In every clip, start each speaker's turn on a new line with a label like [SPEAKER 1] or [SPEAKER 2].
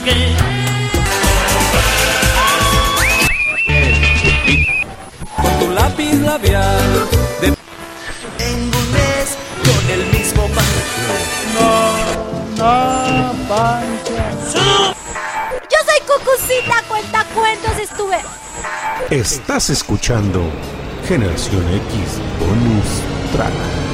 [SPEAKER 1] que
[SPEAKER 2] con tu lápiz labial de...
[SPEAKER 3] en un mes con el mismo pan.
[SPEAKER 4] Yo soy Cucucita, cuentacuentos, estuve.
[SPEAKER 5] Estás escuchando Generación X Bonus Track.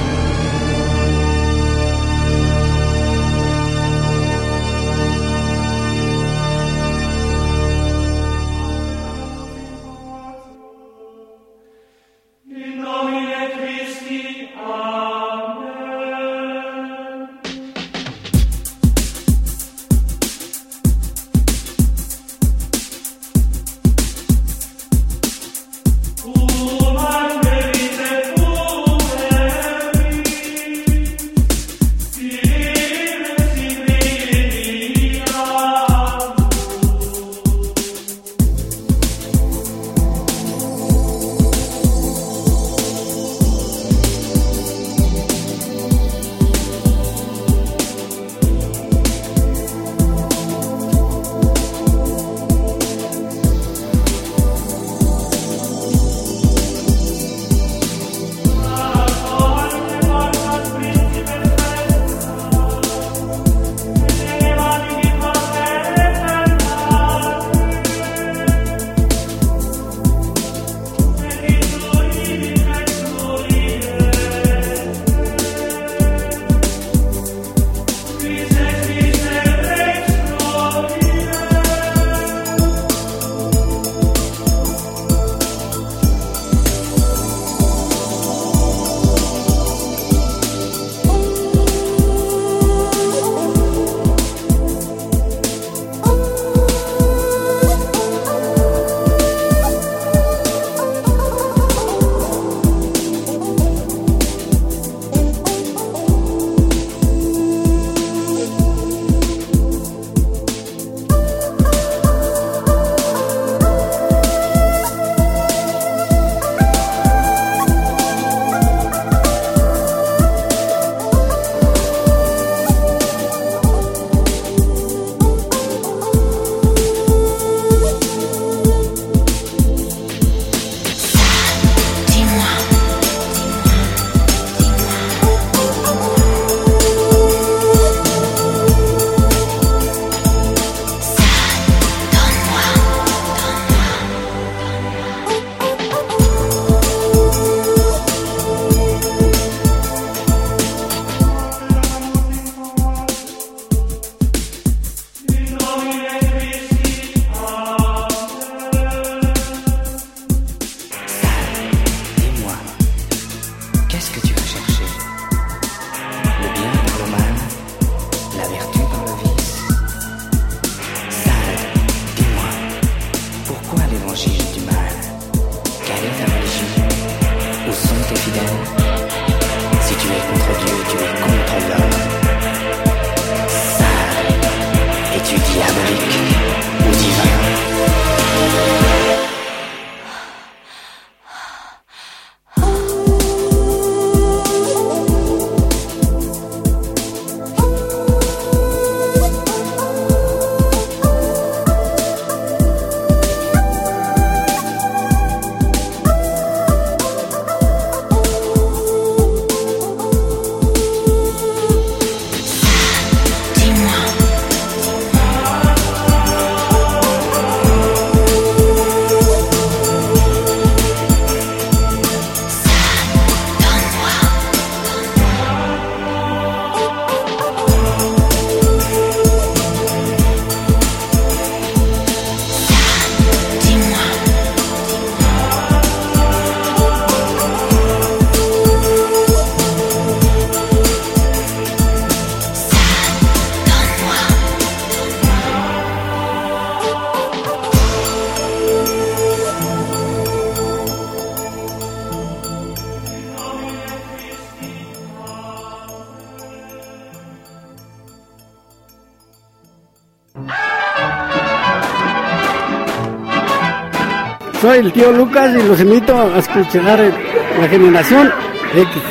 [SPEAKER 6] Soy el tío Lucas y los invito a escuchar la Generación X.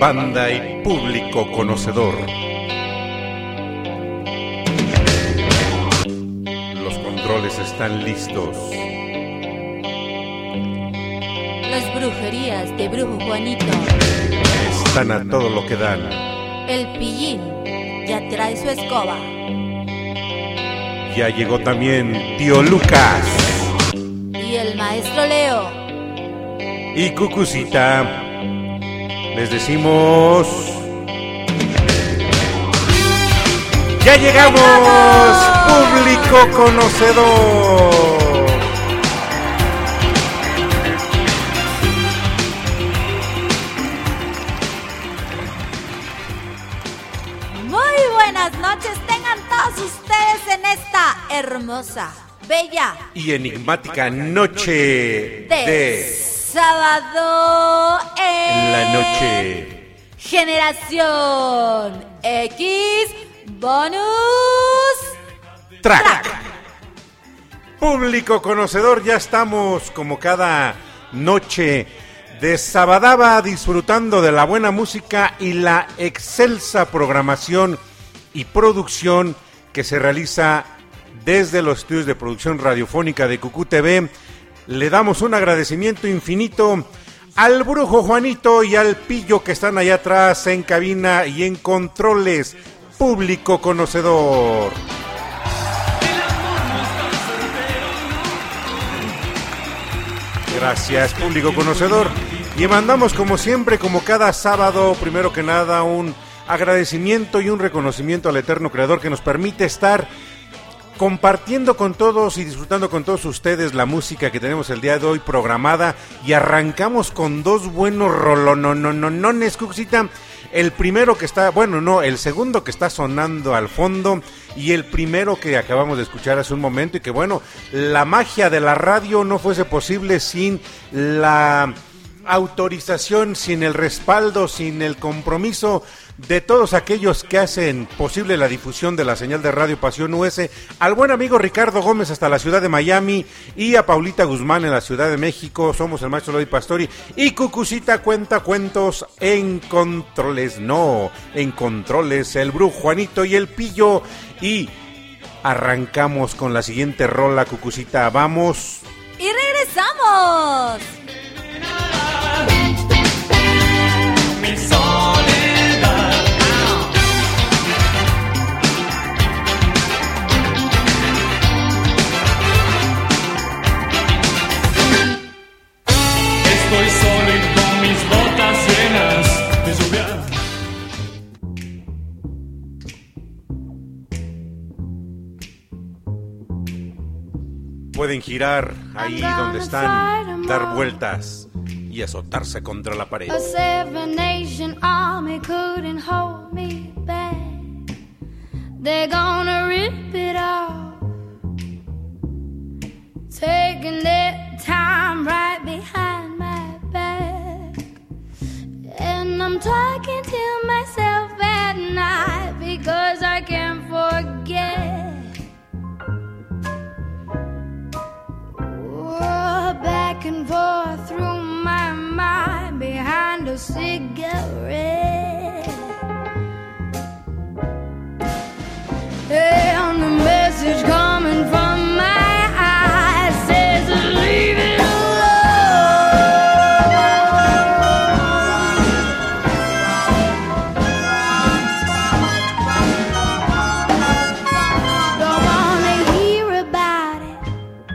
[SPEAKER 5] banda y público conocedor. Los controles están listos.
[SPEAKER 4] Las brujerías de Brujo Juanito
[SPEAKER 5] Están a todo lo que dan.
[SPEAKER 4] El pillín ya trae su escoba.
[SPEAKER 5] Ya llegó también Tío Lucas.
[SPEAKER 4] Y el maestro Leo.
[SPEAKER 5] Y Cucucita. Les decimos... ¡Ya llegamos! ¡Público conocedor!
[SPEAKER 4] Buenas noches tengan todos ustedes en esta hermosa, bella
[SPEAKER 5] y enigmática noche de
[SPEAKER 4] sábado
[SPEAKER 5] en la noche.
[SPEAKER 4] Generación X Bonus
[SPEAKER 5] Track. Público conocedor, ya estamos como cada noche de Sabadaba disfrutando de la buena música y la excelsa programación y producción que se realiza desde los estudios de producción radiofónica de Cucú TV. Le damos un agradecimiento infinito al Brujo Juanito y al Pillo que están allá atrás en cabina y en controles. Público conocedor. Gracias, público conocedor. Y mandamos como siempre, como cada sábado, primero que nada, un agradecimiento y un reconocimiento al eterno creador que nos permite estar compartiendo con todos y disfrutando con todos ustedes la música que tenemos el día de hoy programada. Y arrancamos con dos buenos rolonononones, Cuxita. El primero que está, bueno, no, el segundo que está sonando al fondo y el primero que acabamos de escuchar hace un momento y que, bueno, la magia de la radio no fuese posible sin la autorización, sin el respaldo, sin el compromiso de todos aquellos que hacen posible la difusión de la señal de Radio Pasión US, al buen amigo Ricardo Gómez hasta la ciudad de Miami y a Paulita Guzmán en la Ciudad de México. Somos el maestro Lodi Pastori y Cucucita cuenta cuentos en controles, el Brujo Juanito y el Pillo. Y arrancamos con la siguiente rola, Cucucita, vamos.
[SPEAKER 4] Y regresamos.
[SPEAKER 2] Mi soledad. Estoy solo y con mis botas llenas de lluvia.
[SPEAKER 5] Pueden girar ahí donde están, dar vueltas y azotarse contra la pared.
[SPEAKER 1] A seven-nation army couldn't hold me back. They're gonna rip it off, taking their time right behind my back. And I'm talking to myself at night because I can't forget. Back and forth through my mind behind a cigarette. And the message coming from my eyes says leave it Don't wanna hear about it.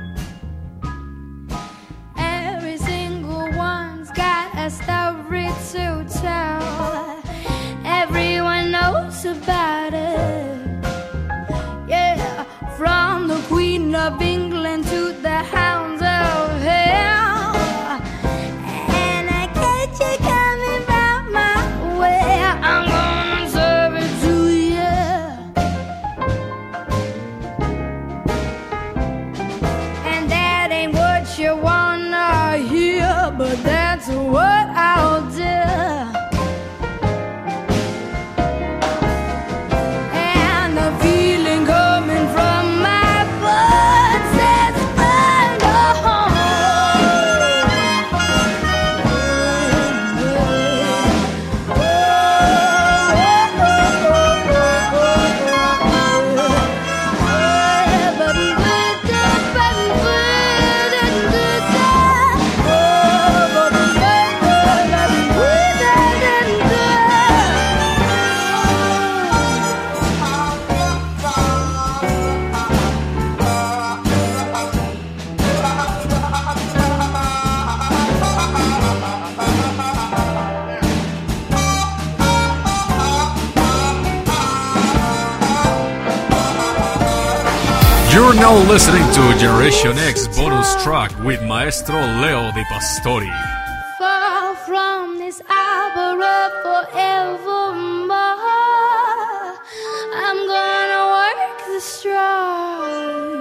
[SPEAKER 1] Every single one's got a story to tell. Everyone knows about it. Yeah, from the Queen of England to the hounds of hell. And I catch you coming round my way. I'm gonna serve it to you. And that ain't what you wanna hear, but that's what I'll do. And the feeling coming from my blood says I'm home. Oh,
[SPEAKER 7] You're now listening to Generation X bonus track with Maestro Leo Di Pastori.
[SPEAKER 1] Far from this arbor forevermore, I'm gonna work the straw,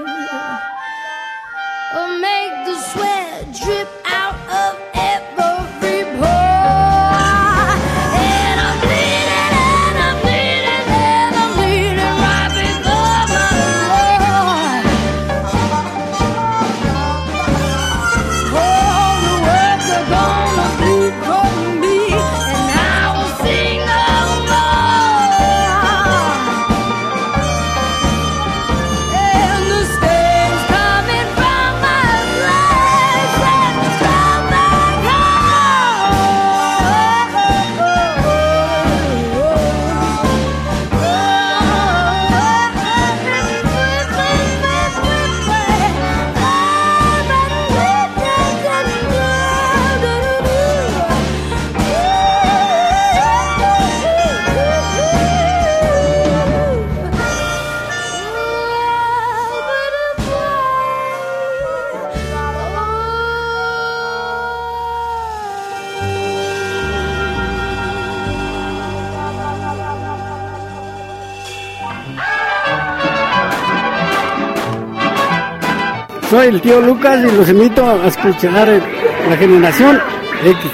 [SPEAKER 1] or make the sweat drip out of every pore. And I'm bleeding, and I'm bleeding, and I'm bleeding right before my Lord. All the words are gonna bleed from me, and I will sing no more. And the stains coming from my flesh and from my
[SPEAKER 6] Soy el tío Lucas y los invito a escuchar la Generación X.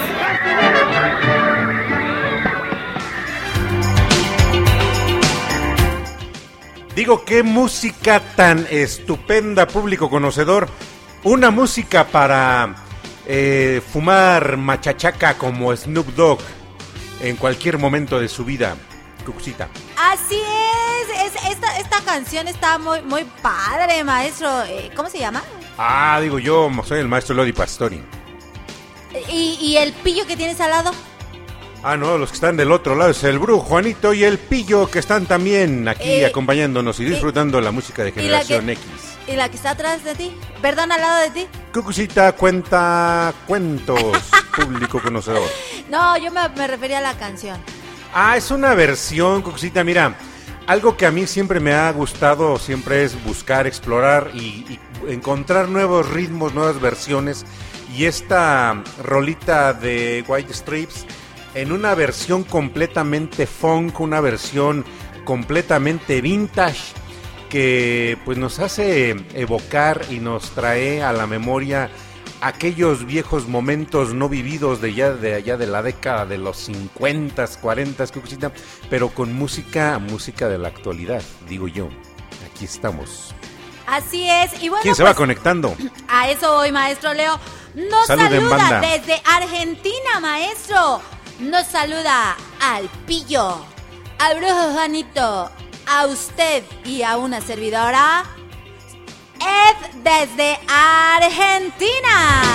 [SPEAKER 5] Digo, qué música tan estupenda, público conocedor. Una música para fumar machachaca como Snoop Dogg en cualquier momento de su vida. Cucucita.
[SPEAKER 4] Así es. Esta canción está muy padre, maestro. ¿Cómo se llama?
[SPEAKER 5] Digo, yo soy el maestro Leo Di Pastori.
[SPEAKER 4] ¿Y el pillo que tienes al lado?
[SPEAKER 5] No, los que están del otro lado es el Brujo, Juanito y el Pillo, que están también aquí acompañándonos y disfrutando la música de Generación X.
[SPEAKER 4] ¿Y la que está atrás de ti? Perdón, al lado de ti.
[SPEAKER 5] Cucucita cuenta cuentos, público conocedor.
[SPEAKER 4] No, yo me refería a la canción.
[SPEAKER 5] Es una versión, Cucucita, mira, algo que a mí siempre me ha gustado, siempre es buscar, explorar y encontrar nuevos ritmos, nuevas versiones. Y esta rolita de White Stripes en una versión completamente funk, una versión completamente vintage, que pues nos hace evocar y nos trae a la memoria aquellos viejos momentos no vividos de allá de la década de los 50, 40, pero con música de la actualidad, digo yo. Aquí estamos.
[SPEAKER 4] Así es. Y bueno,
[SPEAKER 5] ¿quién se va conectando?
[SPEAKER 4] A eso voy, maestro Leo. Nos saluda desde Argentina, maestro. Nos saluda al Pillo, al Brujo Juanito, a usted y a una servidora, Ed desde Argentina.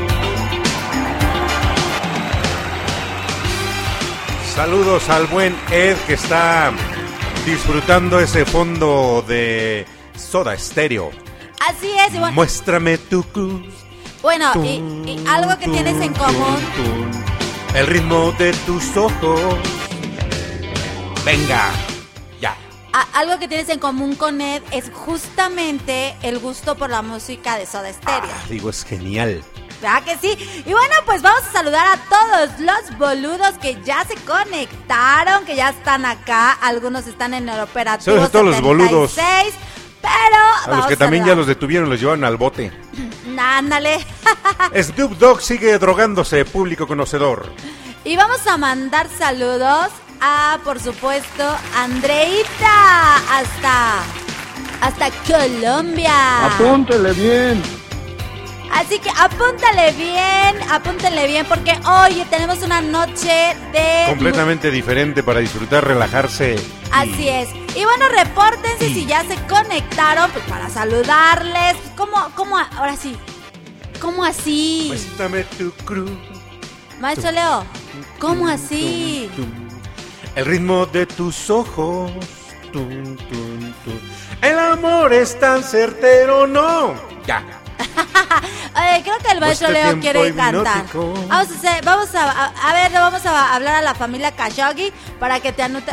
[SPEAKER 5] Saludos al buen Ed, que está disfrutando ese fondo de Soda Stereo.
[SPEAKER 4] Así es. Y bueno,
[SPEAKER 5] muéstrame tu cruz.
[SPEAKER 4] Bueno, y algo que tienes en común.
[SPEAKER 5] El ritmo de tus ojos. Venga, ya.
[SPEAKER 4] Algo que tienes en común con Ed es justamente el gusto por la música de Soda Stereo.
[SPEAKER 5] Digo, es genial.
[SPEAKER 4] ¿Verdad que sí? Y bueno, pues vamos a saludar a todos los boludos que ya se conectaron, que ya están acá. Algunos están en el operativo
[SPEAKER 5] Saludos a todos los boludos.
[SPEAKER 4] Pero
[SPEAKER 5] a los que también ya los detuvieron, los llevaron al bote.
[SPEAKER 4] Ándale.
[SPEAKER 5] Snoop Dogg sigue drogándose, público conocedor.
[SPEAKER 4] Y vamos a mandar saludos a, por supuesto, Andreita hasta Colombia.
[SPEAKER 6] Apúntele bien.
[SPEAKER 4] Así que apúntale bien, porque hoy tenemos una noche de...
[SPEAKER 5] completamente diferente para disfrutar, relajarse.
[SPEAKER 4] Así es. Y bueno, repórtense si ya se conectaron, pues para saludarles. ¿Cómo ahora sí? ¿Cómo así?
[SPEAKER 5] Muéstrame tu cruz.
[SPEAKER 4] Maestro Leo, ¿cómo así?
[SPEAKER 5] El ritmo de tus ojos. El amor es tan certero, no. Ya.
[SPEAKER 4] Creo que el maestro Leo quiere cantar. Vamos a hablar a la familia Khashoggi para que te anoten.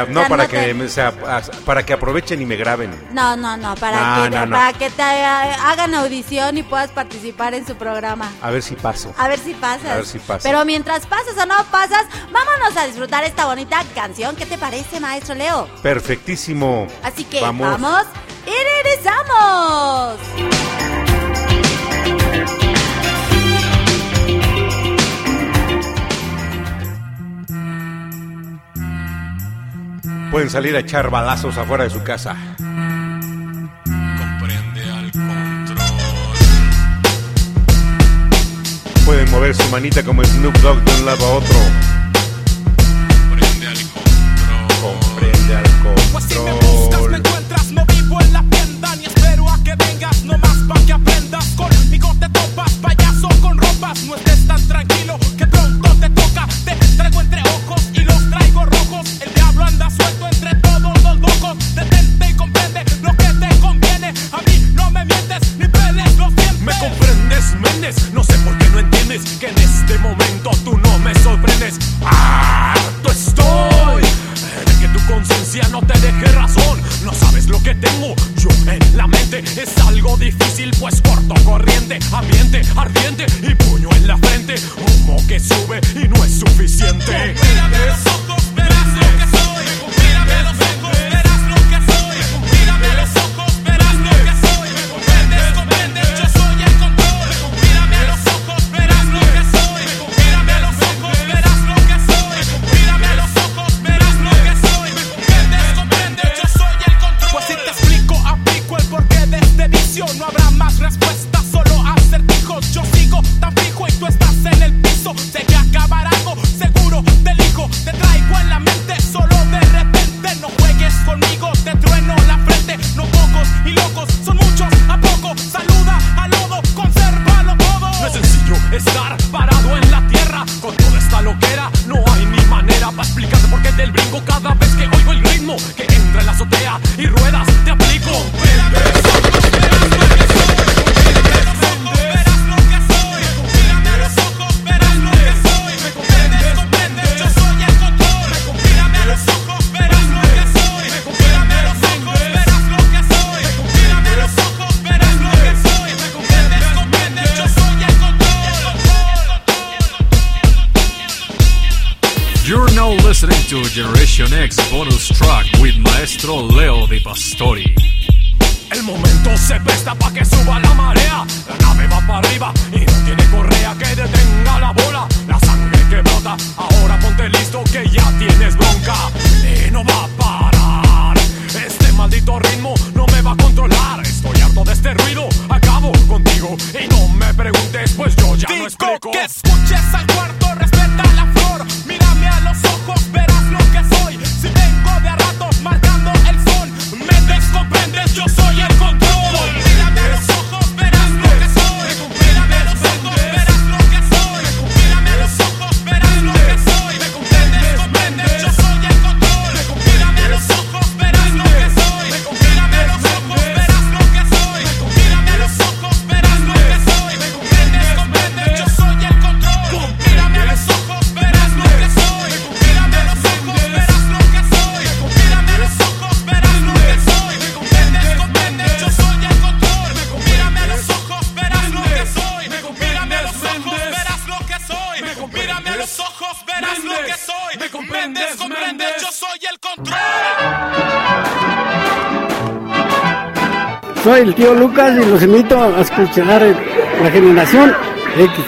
[SPEAKER 5] Para que aprovechen y me graben.
[SPEAKER 4] No, para que te hagan audición y puedas participar en su programa.
[SPEAKER 5] A ver si paso.
[SPEAKER 4] A ver si pasas. Pero mientras pasas o no pasas, vámonos a disfrutar esta bonita canción. ¿Qué te parece, maestro Leo?
[SPEAKER 5] Perfectísimo.
[SPEAKER 4] Así que vamos y regresamos.
[SPEAKER 5] Pueden salir a echar balazos afuera de su casa.
[SPEAKER 7] Comprende al control.
[SPEAKER 5] Pueden mover su manita como Snoop Dogg de un lado a otro.
[SPEAKER 7] Comprende al control.
[SPEAKER 5] Comprende al control.
[SPEAKER 8] Pues si me buscas me encuentras, no vivo en la tienda ni espero a que vengas, nomás pa' que aprendas. Conmigo te topas, payaso con ropas, no estés tan tranquilo que pronto te toca. Te traigo entre ojos y los traigo rojos. El diablo anda suelto entre todos los locos. Detente y comprende lo que te conviene. A mí no me mientes ni peles los dientes. Me comprendes, Méndez, no sé por qué no entiendes que en este momento tú no me sorprendes. Harto estoy de que tu conciencia no te deje razón. No sabes lo que tengo yo en la mente. Es algo difícil pues corto corriente. Ambiente ardiente y puño en la frente. Humo que sube y no es suficiente. Mírame los ojos, verás lo que soy. Mírame los ojos, verás lo que soy. Mírame los ojos, verás lo que soy. Comprendes, yo soy el control. Mírame los ojos, verás lo que soy. Mírame los ojos, verás lo que soy. Mírame los ojos, verás lo que soy. Comprendes, yo soy el control. Pues si te explico, aplico el porqué de este vicio. No habrá más respuestas, solo acertijos. Yo sigo tan fijo y tú estás en el piso. Sé que acabará algo, seguro del hijo. Te traigo en la mente, solo de repente. No juegues conmigo, te trueno la frente. No pocos y locos, son muchos a poco. Saluda al lodo, consérvalo todo. No es sencillo estar parado en la tierra. Con toda esta loquera, no hay ni manera para explicarte por qué del brinco cada vez que oigo el ritmo que entra en la azotea y ruedas te aplico. Mírame los ojos, verás lo que soy. Mírame los ojos, verás lo que soy. Mírame los ojos, verás lo que soy. Comprendes, yo soy el control. Mírame los ojos, verás lo que soy. Mírame los ojos, verás lo que soy. Mírame los ojos, verás lo que soy. Comprendes, yo soy el control.
[SPEAKER 7] You're now listening to Generation X bonus track with Maestro Leo Di Pastori.
[SPEAKER 8] El momento se presta pa' que suba la marea. La nave va para arriba y no tiene correa que detenga la bola. La sangre que brota, ahora ponte listo que ya tienes bronca. Y no va a parar. Este maldito ritmo no me va a controlar. Estoy harto de este ruido, acabo contigo. Y no me preguntes, pues yo ya no explico. Que escuches al cuarto, respeta la flor. Mírame a los ojos, verás lo que soy. Si vengo de a ratos marcando el son, me descomprendes, yo soy el control. Mírame a los ojos, verás lo que soy. Mírame a los ojos, verás lo que soy. Mírame a los ojos, verás lo que soy. Comprendes, yo soy el control. Mírame a los ojos, verás lo que soy. Mírame a los ojos, verás lo que soy. Mírame a los ojos, verás lo que soy. Comprendes, yo soy el control. Mírame a los ojos, verás lo que soy. Mírame a los ojos, verás lo que soy. Mírame a los ojos, verás lo que soy. Comprendes, yo soy el control. Mírame a los ojos, verás lo que soy. Mírame a los ojos, verás lo que soy. Mírame a los ojos, verás lo que soy. Comprendes, yo soy el control.
[SPEAKER 6] Soy el tío Lucas y los invito a escuchar la Generación X.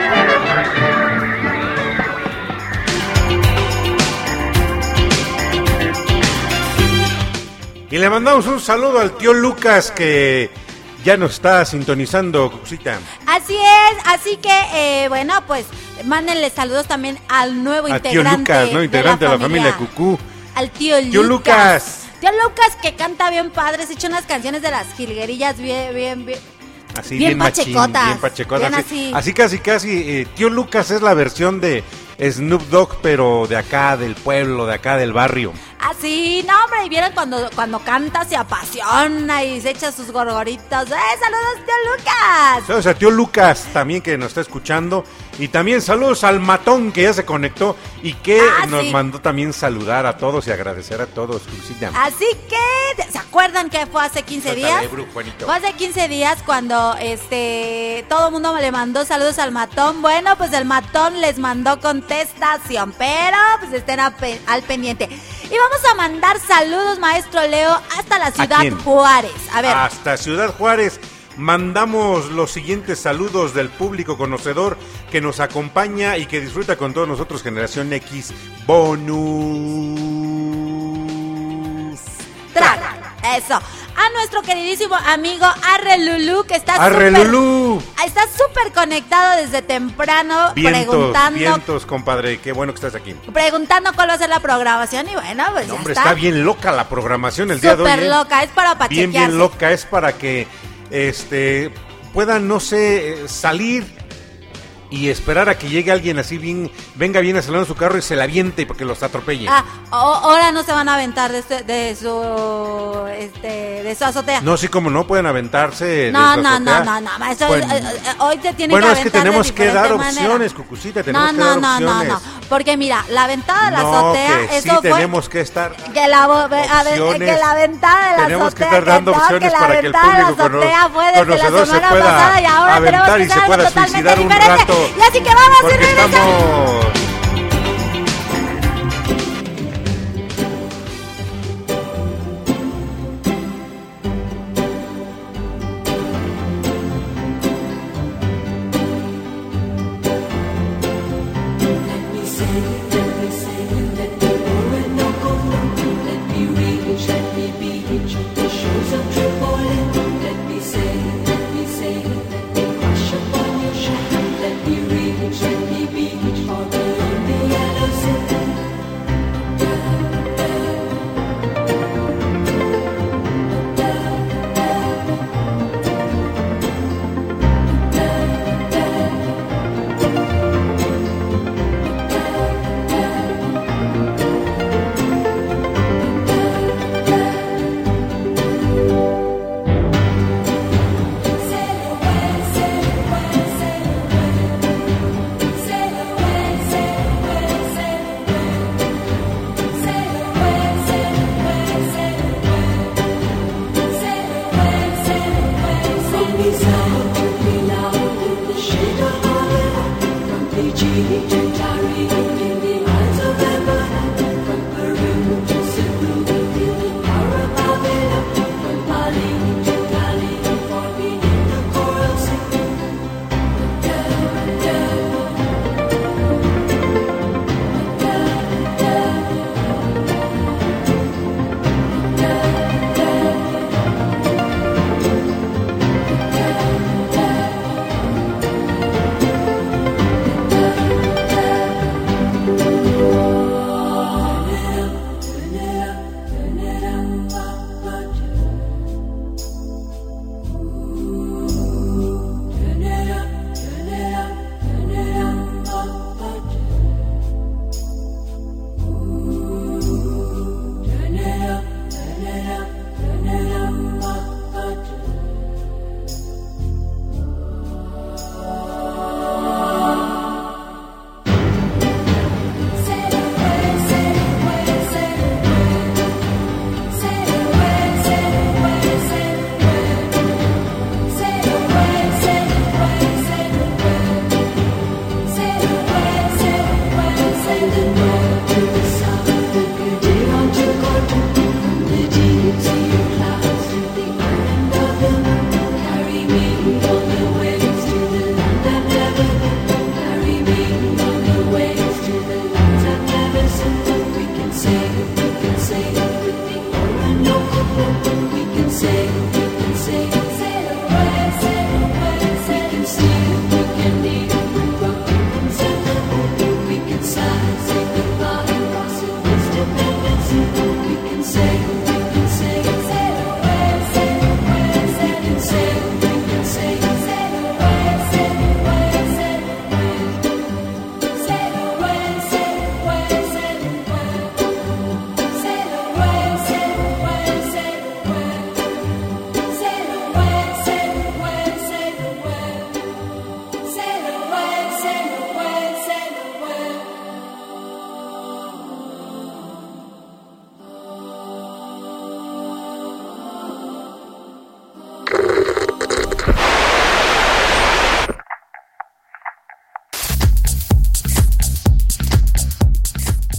[SPEAKER 5] Y le mandamos un saludo al tío Lucas que ya nos está sintonizando, Cucita.
[SPEAKER 4] Así es, así que bueno, pues mándenle saludos también al nuevo integrante.
[SPEAKER 5] Tío Lucas, ¿no? Integrante de la familia Cucú.
[SPEAKER 4] Al tío Lucas. Tío Lucas que canta bien padre, se echa unas canciones de las jilguerillas bien
[SPEAKER 5] así,
[SPEAKER 4] bien
[SPEAKER 5] pachecotas.
[SPEAKER 4] Machín,
[SPEAKER 5] bien pachecotas.
[SPEAKER 4] Bien
[SPEAKER 5] así casi. Tío Lucas es la versión de Snoop Dogg, pero de acá, del pueblo, de acá, del barrio.
[SPEAKER 4] Así, no, hombre, y vieron cuando canta, se apasiona y se echa sus gorgoritos. Saludos, tío Lucas.
[SPEAKER 5] Saludos a tío Lucas también que nos está escuchando. Y también saludos al Matón que ya se conectó y que nos mandó también saludar a todos y agradecer a todos exclusivamente.
[SPEAKER 4] Así que, ¿se acuerdan que fue hace 15 días? Fue hace 15 días cuando todo el mundo le mandó saludos al Matón. Bueno, pues el Matón les mandó contestación, pero pues estén al pendiente. Y vamos a mandar saludos, maestro Leo, hasta la ciudad Juárez. A ver.
[SPEAKER 5] Hasta Ciudad Juárez. Mandamos los siguientes saludos del público conocedor que nos acompaña y que disfruta con todos nosotros, Generación X Bonus
[SPEAKER 4] Track. Eso. A nuestro queridísimo amigo Arre Lulú, que está súper conectado desde temprano.
[SPEAKER 5] Vientos, compadre, qué bueno que estás aquí.
[SPEAKER 4] Preguntando cuál va a ser la programación y bueno, pues
[SPEAKER 5] hombre, está bien loca la programación el día de hoy.
[SPEAKER 4] Súper loca, es para pachequearse.
[SPEAKER 5] Bien loca, es para que puedan, no sé, salir y esperar a que llegue alguien así venga bien acelerando su carro y se la aviente porque los atropelle.
[SPEAKER 4] Ahora no se van a aventar de su azotea.
[SPEAKER 5] No, sí, como no pueden aventarse
[SPEAKER 4] no, maestro, hoy te tiene que aventar.
[SPEAKER 5] Bueno, es que tenemos que dar opciones, Cucucita, tenemos que dar opciones.
[SPEAKER 4] No, porque mira, la aventada de la azotea,
[SPEAKER 5] eso sí, tenemos que estar
[SPEAKER 4] que la aventada de la azotea,
[SPEAKER 5] tenemos que estar dando opciones para que el público conocedor se pueda
[SPEAKER 4] y ahora
[SPEAKER 5] aventar y se pueda suicidar un rato.
[SPEAKER 4] Y así que vamos y
[SPEAKER 5] regresamos.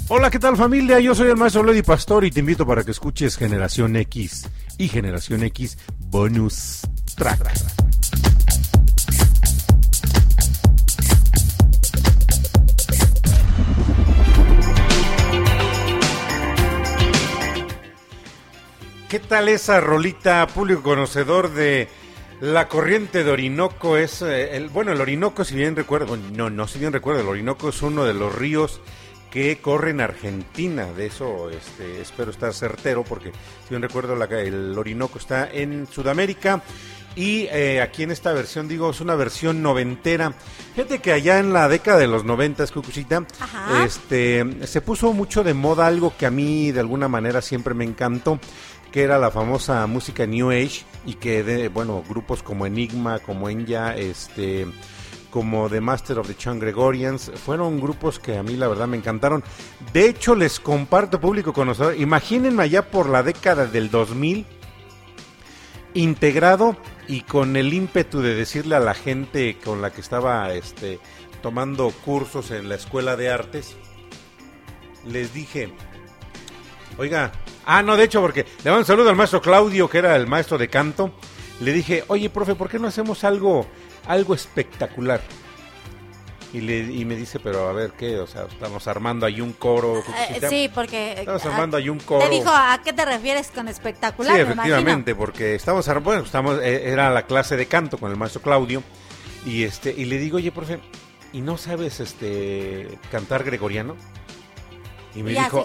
[SPEAKER 5] Hola, ¿qué tal familia? Yo soy el maestro Leo Di Pastori y te invito para que escuches Generación X y Generación X Bonus Track. ¿Qué tal esa rolita, público conocedor de la corriente de Orinoco? Es el Orinoco, si bien recuerdo, si bien recuerdo, el Orinoco es uno de los ríos que corre en Argentina. De eso espero estar certero, porque si bien recuerdo el Orinoco está en Sudamérica. Y aquí en esta versión, es una versión noventera. Fíjate que allá en la década de los 90, Cucucita, se puso mucho de moda algo que a mí de alguna manera siempre me encantó, que era la famosa música New Age, y que grupos como Enigma, como Enya, como The Master of the Chant Gregorians, fueron grupos que a mí la verdad me encantaron. De hecho, les comparto, público conocedor, imagínense allá por la década del 2000, integrado y con el ímpetu de decirle a la gente con la que estaba tomando cursos en la Escuela de Artes, les dije, oiga, de hecho, porque le mando un saludo al maestro Claudio, que era el maestro de canto. Le dije, oye, profe, ¿por qué no hacemos algo espectacular? Y me dice, pero a ver, ¿qué? O sea, estamos armando ahí un coro.
[SPEAKER 4] Sí, porque...
[SPEAKER 5] Estamos armando ahí un coro.
[SPEAKER 4] Te dijo, ¿a qué te refieres con espectacular?
[SPEAKER 5] Sí, efectivamente, porque era la clase de canto con el maestro Claudio, y le digo, oye, profe, ¿y no sabes cantar gregoriano? Y me dijo,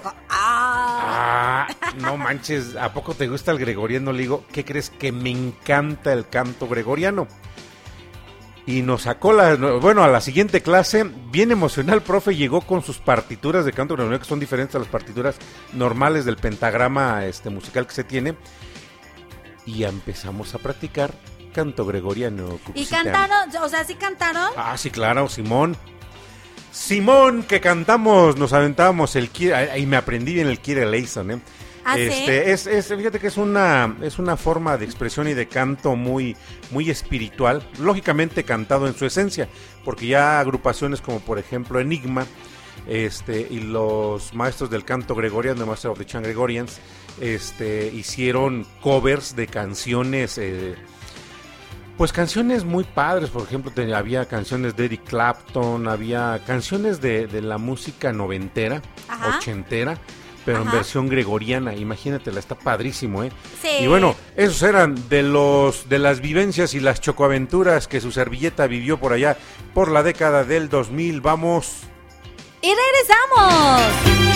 [SPEAKER 5] no manches, ¿a poco te gusta el gregoriano? Le digo, ¿qué crees? Que me encanta el canto gregoriano. Y nos sacó a la siguiente clase, bien emocional, profe, llegó con sus partituras de canto gregoriano, que son diferentes a las partituras normales del pentagrama musical que se tiene. Y ya empezamos a practicar canto gregoriano.
[SPEAKER 4] ¿Y cantaron? O sea, ¿sí cantaron?
[SPEAKER 5] Sí, claro, Simón, que cantamos, nos aventábamos y me aprendí bien el Kyrie eleison,
[SPEAKER 4] ¿Sí?
[SPEAKER 5] Fíjate que es una forma de expresión y de canto muy, muy espiritual, lógicamente cantado en su esencia, porque ya agrupaciones como por ejemplo Enigma, y los maestros del canto gregoriano, The Master of the Chant Gregorians, hicieron covers de canciones, pues canciones muy padres. Por ejemplo, había canciones de Eric Clapton, había canciones de la música noventera, ochentera, pero en versión gregoriana. Imagínatela, está padrísimo,
[SPEAKER 4] Sí.
[SPEAKER 5] Y bueno, esos eran de las vivencias y las chocoaventuras que su servilleta vivió por allá por la década del 2000. Vamos.
[SPEAKER 4] Y regresamos.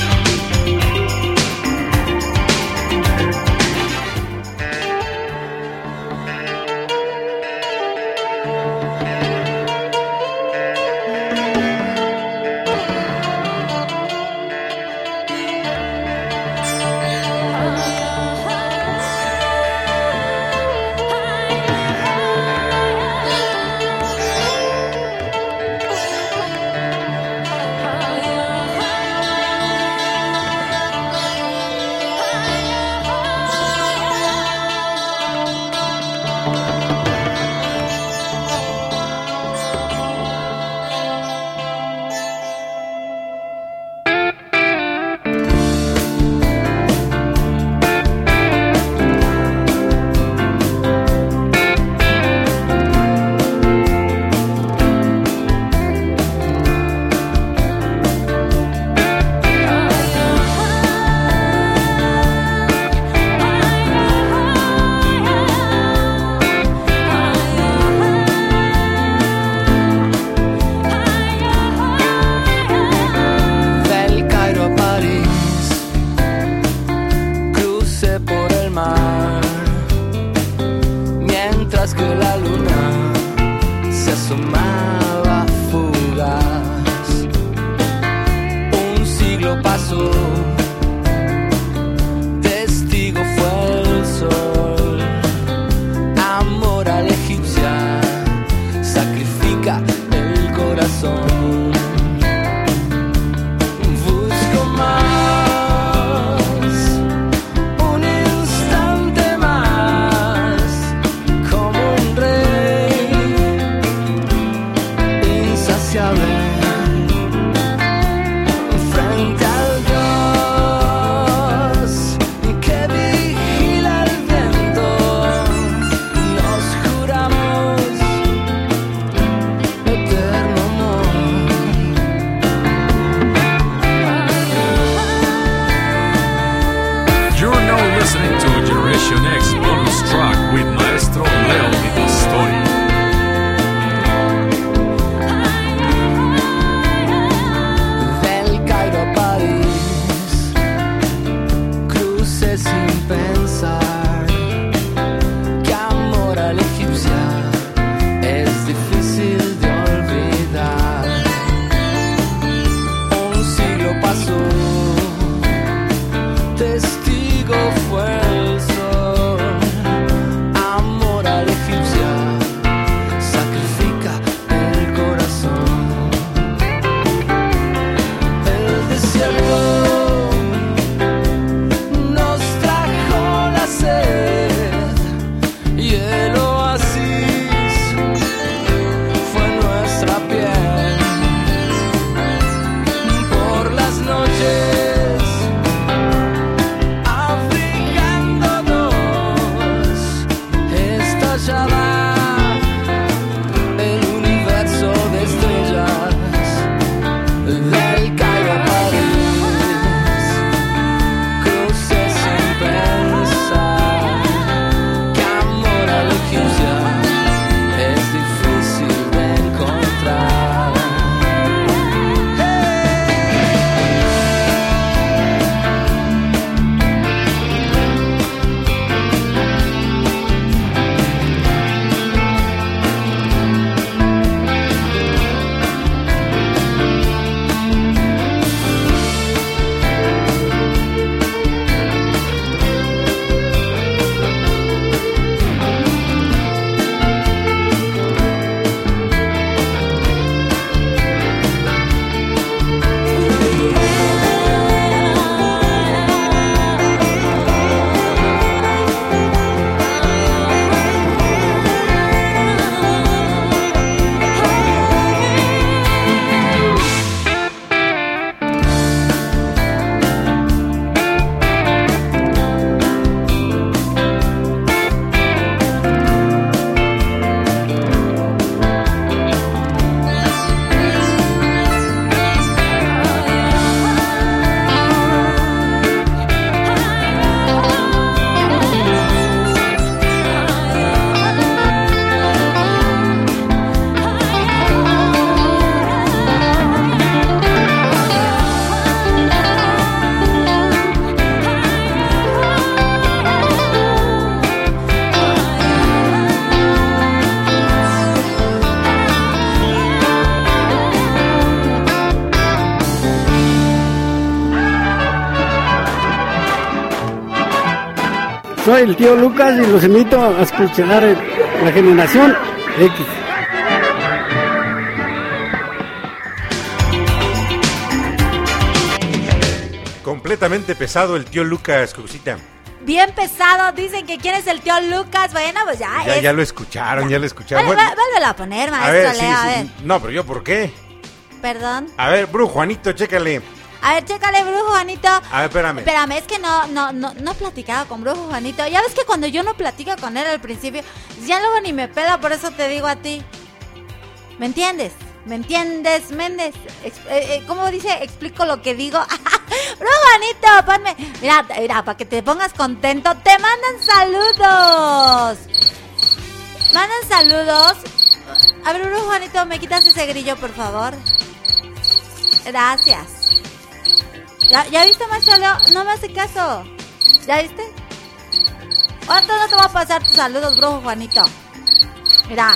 [SPEAKER 6] Soy el tío Lucas y los invito a escuchar la Generación X.
[SPEAKER 5] Completamente pesado el tío Lucas, Cucucita.
[SPEAKER 4] Bien pesado, dicen que quién es el tío Lucas. Bueno, pues
[SPEAKER 5] ya lo escucharon, ya lo escucharon.
[SPEAKER 4] Vuélvelo a poner, maestro Leo, a ver.
[SPEAKER 5] No, pero yo, ¿por qué?
[SPEAKER 4] Perdón.
[SPEAKER 5] A ver, Brujo Juanito, chécale.
[SPEAKER 4] A ver, chécale, Brujo Juanito.
[SPEAKER 5] A ver, espérame.
[SPEAKER 4] Espérame, es que no platicaba con Brujo Juanito. Ya ves que cuando yo no platico con él al principio, ya luego ni me pela, por eso te digo a ti. ¿Me entiendes? ¿Me entiendes, Méndez? ¿Cómo dice? Explico lo que digo. Brujo Juanito, ponme. Mira, para que te pongas contento, te mandan saludos. Mandan saludos. A ver, Brujo Juanito, ¿me quitas ese grillo, por favor? Gracias. ¿Ya viste, maestro Leo? No me hace caso. ¿Ya viste? Ahora no te voy a pasar tus saludos, Brujo Juanito. Mira.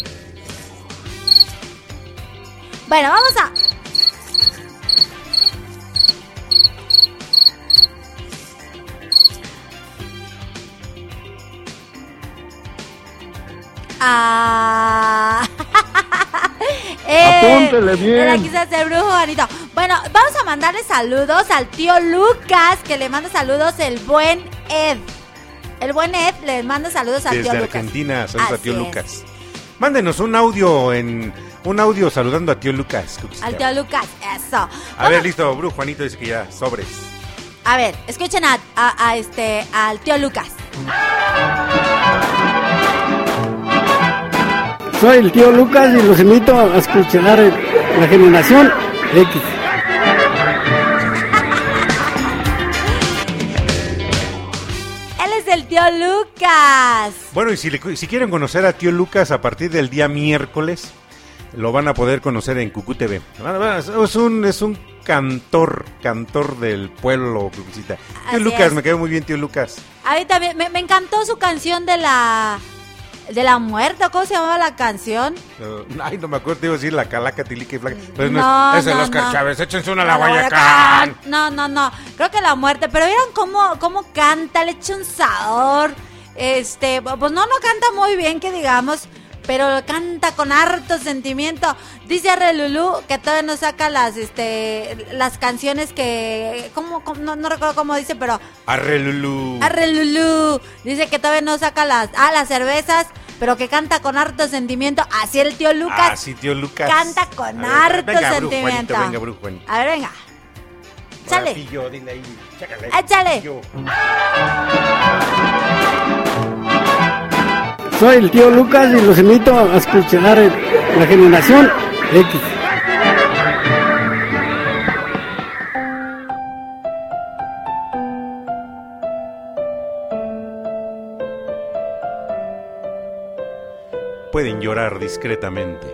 [SPEAKER 4] Bueno, vamos a...
[SPEAKER 6] Apúntele bien.
[SPEAKER 4] Mira, quise hacer Brujo Juanito. Bueno, vamos a mandarle saludos al tío Lucas, que le manda saludos el buen Ed. El buen Ed le manda saludos al tío Lucas.
[SPEAKER 5] Desde Argentina, saludos a tío Lucas. Mándenos un audio saludando a tío Lucas.
[SPEAKER 4] Al tío Lucas, eso.
[SPEAKER 5] A ver, listo, Brujo Juanito dice que ya, sobres.
[SPEAKER 4] A ver, escuchen al tío Lucas.
[SPEAKER 6] Soy el tío Lucas y los invito a escuchar la Generación X.
[SPEAKER 4] Él es el tío Lucas.
[SPEAKER 5] Bueno, y si quieren conocer a tío Lucas a partir del día miércoles, lo van a poder conocer en Cucú TV. Es un cantor del pueblo, Cucucita. Tío Lucas, me quedó muy bien, tío Lucas.
[SPEAKER 4] A mí también, me encantó su canción de la muerte, ¿cómo se llamaba la canción?
[SPEAKER 5] Ay, no me acuerdo, te iba a decir la calaca, tilica y flaca. Pero
[SPEAKER 4] No,
[SPEAKER 5] es el
[SPEAKER 4] no,
[SPEAKER 5] Oscar
[SPEAKER 4] no.
[SPEAKER 5] Chávez, échense una a la Guayacán.
[SPEAKER 4] No, creo que la muerte, pero vieron cómo canta, le echa un sabor. Pues no canta muy bien, que digamos, pero canta con harto sentimiento. Dice Arrelulú que todavía no saca las canciones que... No recuerdo cómo dice, pero...
[SPEAKER 5] Arrelulú
[SPEAKER 4] dice que todavía no saca las cervezas, pero que canta con harto sentimiento. Así el tío Lucas.
[SPEAKER 5] Así tío Lucas.
[SPEAKER 4] Canta con harto sentimiento.
[SPEAKER 5] Venga, Brujo Juanito.
[SPEAKER 4] A ver, venga. Échale.
[SPEAKER 5] Pillo, dile ahí. Chécale.
[SPEAKER 4] Échale.
[SPEAKER 5] Pillo.
[SPEAKER 6] Soy el tío Lucas y los invito a escuchar la Generación X.
[SPEAKER 5] Pueden llorar discretamente.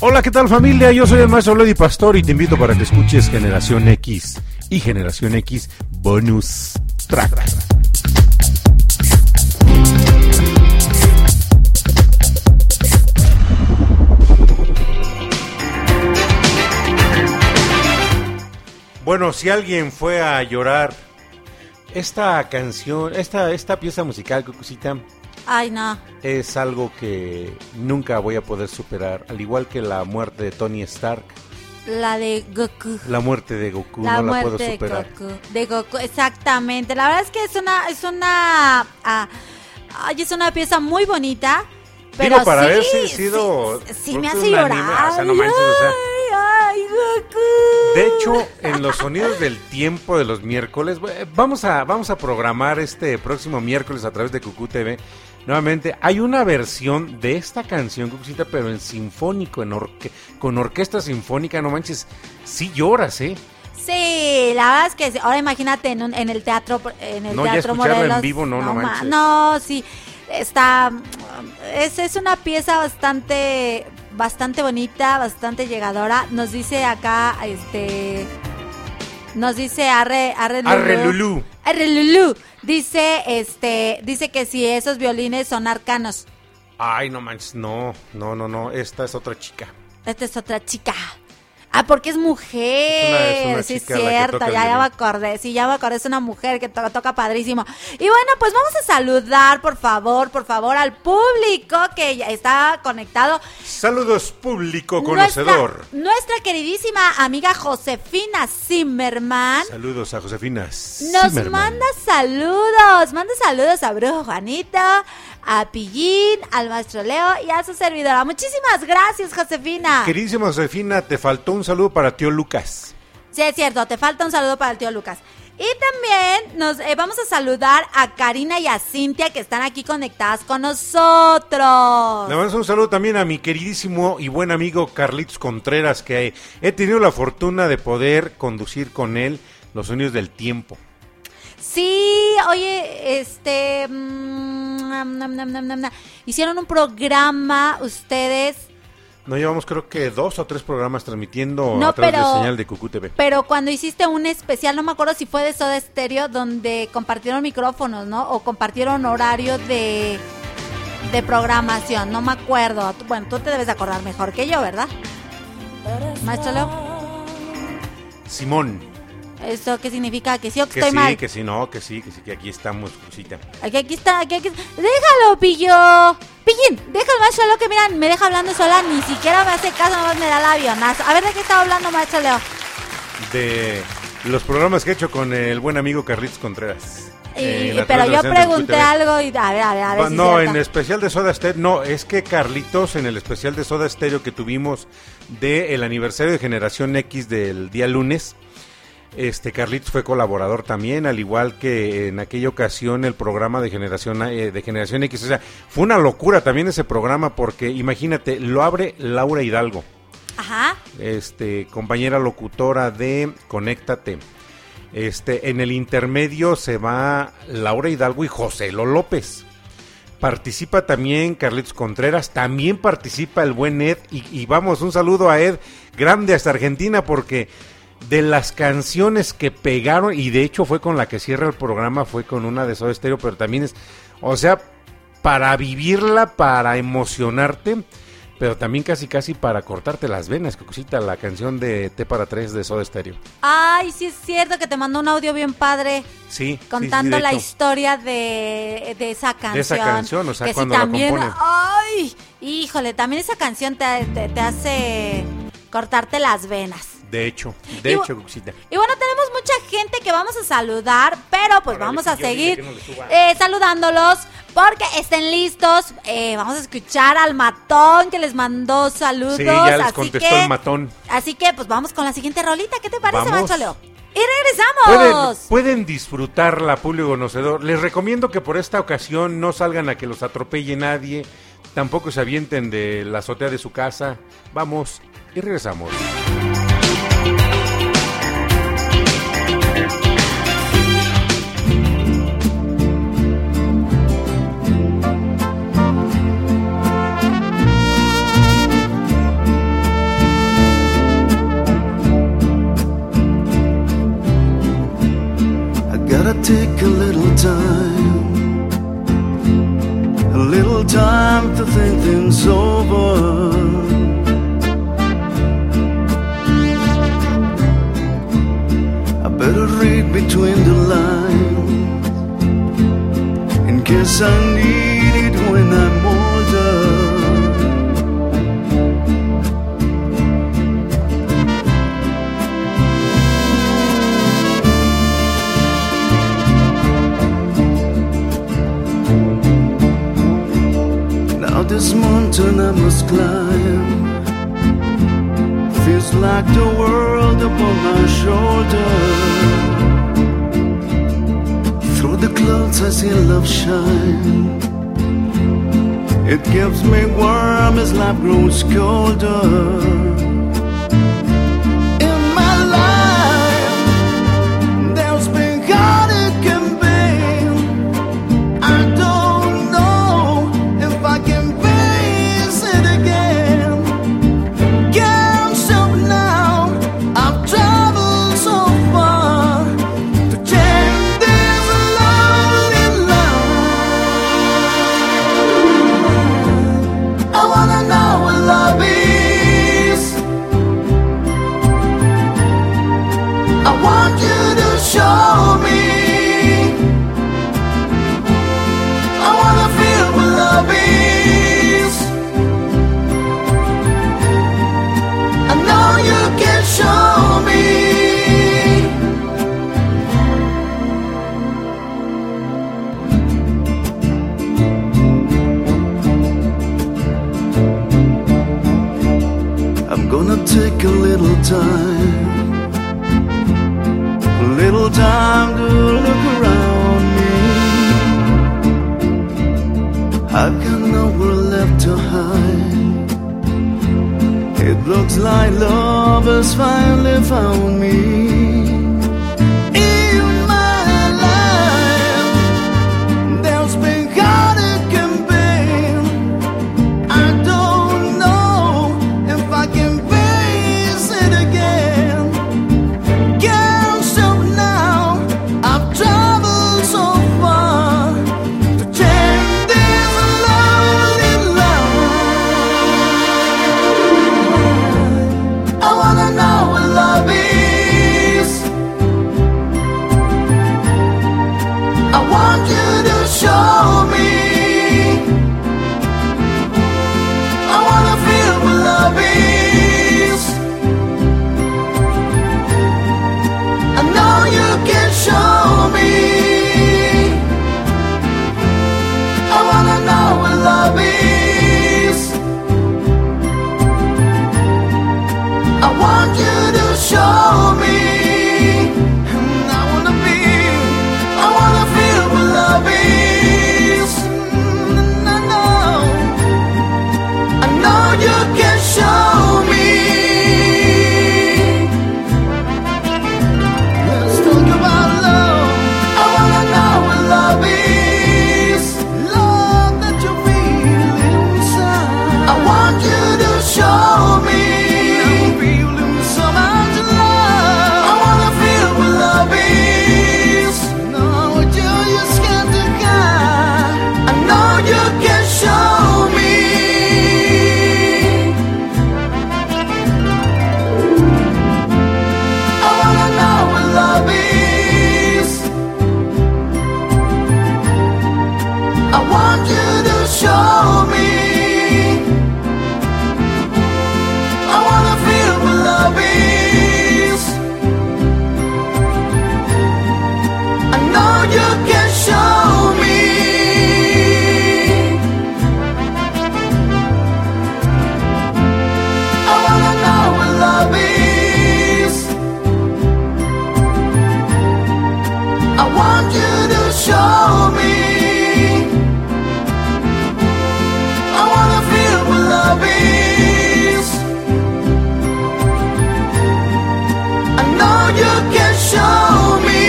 [SPEAKER 5] Hola, ¿qué tal familia? Yo soy el maestro Leo Di Pastori y te invito para que escuches Generación X y Generación X Bonus Track. Bueno, si alguien fue a llorar esta canción, esta pieza musical, Cucucita,
[SPEAKER 4] ay, no,
[SPEAKER 5] es algo que nunca voy a poder superar, al igual que la muerte de Tony Stark.
[SPEAKER 4] La de Goku.
[SPEAKER 5] La muerte de Goku, no la puedo superar.
[SPEAKER 4] De Goku, exactamente. La verdad es que es una pieza muy bonita. Pero
[SPEAKER 5] digo, para
[SPEAKER 4] sí,
[SPEAKER 5] haber sido
[SPEAKER 4] sí me hace llorar.
[SPEAKER 5] O sea, no manches, o sea.
[SPEAKER 4] Ay, Goku.
[SPEAKER 5] De hecho, en los sonidos del tiempo de los miércoles, vamos a programar este próximo miércoles a través de Cucú TV. Nuevamente, hay una versión de esta canción, Cucucita, pero en sinfónico, con orquesta sinfónica, no manches, sí lloras, ¿eh?
[SPEAKER 4] Sí, la verdad es que ahora imagínate en el teatro,
[SPEAKER 5] no,
[SPEAKER 4] Teatro
[SPEAKER 5] ya
[SPEAKER 4] Morelos.
[SPEAKER 5] En vivo, no manches.
[SPEAKER 4] No, sí, es una pieza bastante bonita, bastante llegadora. Nos dice acá, nos dice Arre Lulú. Dice que si esos violines son arcanos.
[SPEAKER 5] Ay, no manches, no, esta es otra chica.
[SPEAKER 4] Esta es otra chica. Ah, porque es mujer.
[SPEAKER 5] Es una
[SPEAKER 4] sí, es
[SPEAKER 5] chica
[SPEAKER 4] cierto, ya me acordé. Sí, ya me acordé, es una mujer que toca padrísimo. Y bueno, pues vamos a saludar, por favor, al público que ya está conectado.
[SPEAKER 5] Saludos, público conocedor.
[SPEAKER 4] Nuestra queridísima amiga Josefina Zimmerman.
[SPEAKER 5] Saludos a Josefina Zimmerman.
[SPEAKER 4] Nos manda saludos a Brujo Juanito, a Pillín, al maestro Leo y a su servidora. Muchísimas gracias, Josefina.
[SPEAKER 5] Queridísima Josefina, te faltó un saludo para tío Lucas.
[SPEAKER 4] Sí, es cierto, te falta un saludo para el tío Lucas. Y también nos vamos a saludar a Karina y a Cintia, que están aquí conectadas con nosotros.
[SPEAKER 5] Le mando un saludo también a mi queridísimo y buen amigo Carlitos Contreras, que he tenido la fortuna de poder conducir con él los sonidos del tiempo.
[SPEAKER 4] Sí, oye, hicieron un programa ustedes.
[SPEAKER 5] No, llevamos creo que 2 o 3 programas transmitiendo a través de señal de Cucú TV.
[SPEAKER 4] Pero cuando hiciste un especial, no me acuerdo si fue de Soda Stereo, donde compartieron micrófonos, ¿no? O compartieron horario de programación, no me acuerdo. Bueno, tú te debes de acordar mejor que yo, ¿verdad? Maestro Leo.
[SPEAKER 5] Simón.
[SPEAKER 4] ¿Esto qué significa? ¿Que sí o que
[SPEAKER 5] estoy
[SPEAKER 4] mal?
[SPEAKER 5] Que sí, que aquí estamos, cosita.
[SPEAKER 4] Aquí está. Déjalo, Pillo. Pillín, déjalo, maestro Leo, que mira, me deja hablando sola, ni siquiera me hace caso, nomás me da el avionazo. A ver, ¿de qué estaba hablando, maestro Leo?
[SPEAKER 5] De los programas que he hecho con el buen amigo Carlitos Contreras.
[SPEAKER 4] Pero yo pregunté algo y a ver.
[SPEAKER 5] No, en el especial de Soda Stereo, no, es que Carlitos en el especial de Soda Stereo que tuvimos del aniversario de Generación X del día lunes, Carlitos fue colaborador también, al igual que en aquella ocasión el programa de Generación X. O sea, fue una locura también ese programa porque, imagínate, lo abre Laura Hidalgo.
[SPEAKER 4] Ajá.
[SPEAKER 5] Compañera locutora de Conéctate. En el intermedio se va Laura Hidalgo y José Lo López. Participa también Carlitos Contreras, también participa el buen Ed, y vamos, un saludo a Ed, grande hasta Argentina, porque de las canciones que pegaron, y de hecho fue con la que cierra el programa, fue con una de Soda Stereo, pero también es, o sea, para vivirla, para emocionarte, pero también casi para cortarte las venas, Cucucita, la canción de T para 3 de Soda Stereo. Ay,
[SPEAKER 4] sí es cierto que te mandó un audio bien padre.
[SPEAKER 5] Sí.
[SPEAKER 4] Contando
[SPEAKER 5] sí,
[SPEAKER 4] la historia de esa canción.
[SPEAKER 5] De esa canción, o sea,
[SPEAKER 4] que
[SPEAKER 5] cuando
[SPEAKER 4] sí, también,
[SPEAKER 5] la compone.
[SPEAKER 4] Ay, híjole, también esa canción te hace cortarte las venas.
[SPEAKER 5] De hecho, Cucucita.
[SPEAKER 4] Y bueno, tenemos mucha gente que vamos a saludar, pero pues vamos a seguir saludándolos porque estén listos. Vamos a escuchar al matón que les mandó saludos. Sí,
[SPEAKER 5] ya les contestó el matón.
[SPEAKER 4] Así que pues vamos con la siguiente rolita. ¿Qué te parece, maestro Leo? Y regresamos.
[SPEAKER 5] Pueden disfrutarla, público conocedor. Les recomiendo que por esta ocasión no salgan a que los atropelle nadie. Tampoco se avienten de la azotea de su casa. Vamos y regresamos.
[SPEAKER 9] Try to read between the lines in case I need it when I'm older. Now this mountain I must climb feels like the world upon my shoulder. Through the clouds I see love shine. It keeps me warm as life grows colder. In my life there's been heartache and pain. I don't know if I can face it again. Can't stop now, I've traveled so far to change this lonely life. I wanna know what love is. I want you to show me. I wanna feel what love is. I know you can show me. I'm gonna take a little time to look around me. I've got nowhere left to hide. It looks like love has finally found me. In my life, there's been heartache and pain. I don't know if I can face it again. Can't stop now, I've traveled so far to change this lonely life. I wanna know what love is. I want you to show me. I wanna feel what love is. I know you can show me. I wanna know what love is. I want you to show me. And I wanna feel what love is. And I know you can show me. Let's talk about love. I wanna know what love is. Love that you feel inside. I want you to show me. I'm feeling so much love. I wanna feel what love is. No, you just got to guide. I know you can show me. I wanna know what love is. I want you to show me. I wanna feel what love is. I know you can show me. I wanna know what love is. I want you to show me. I wanna feel what love is. I know you can show me.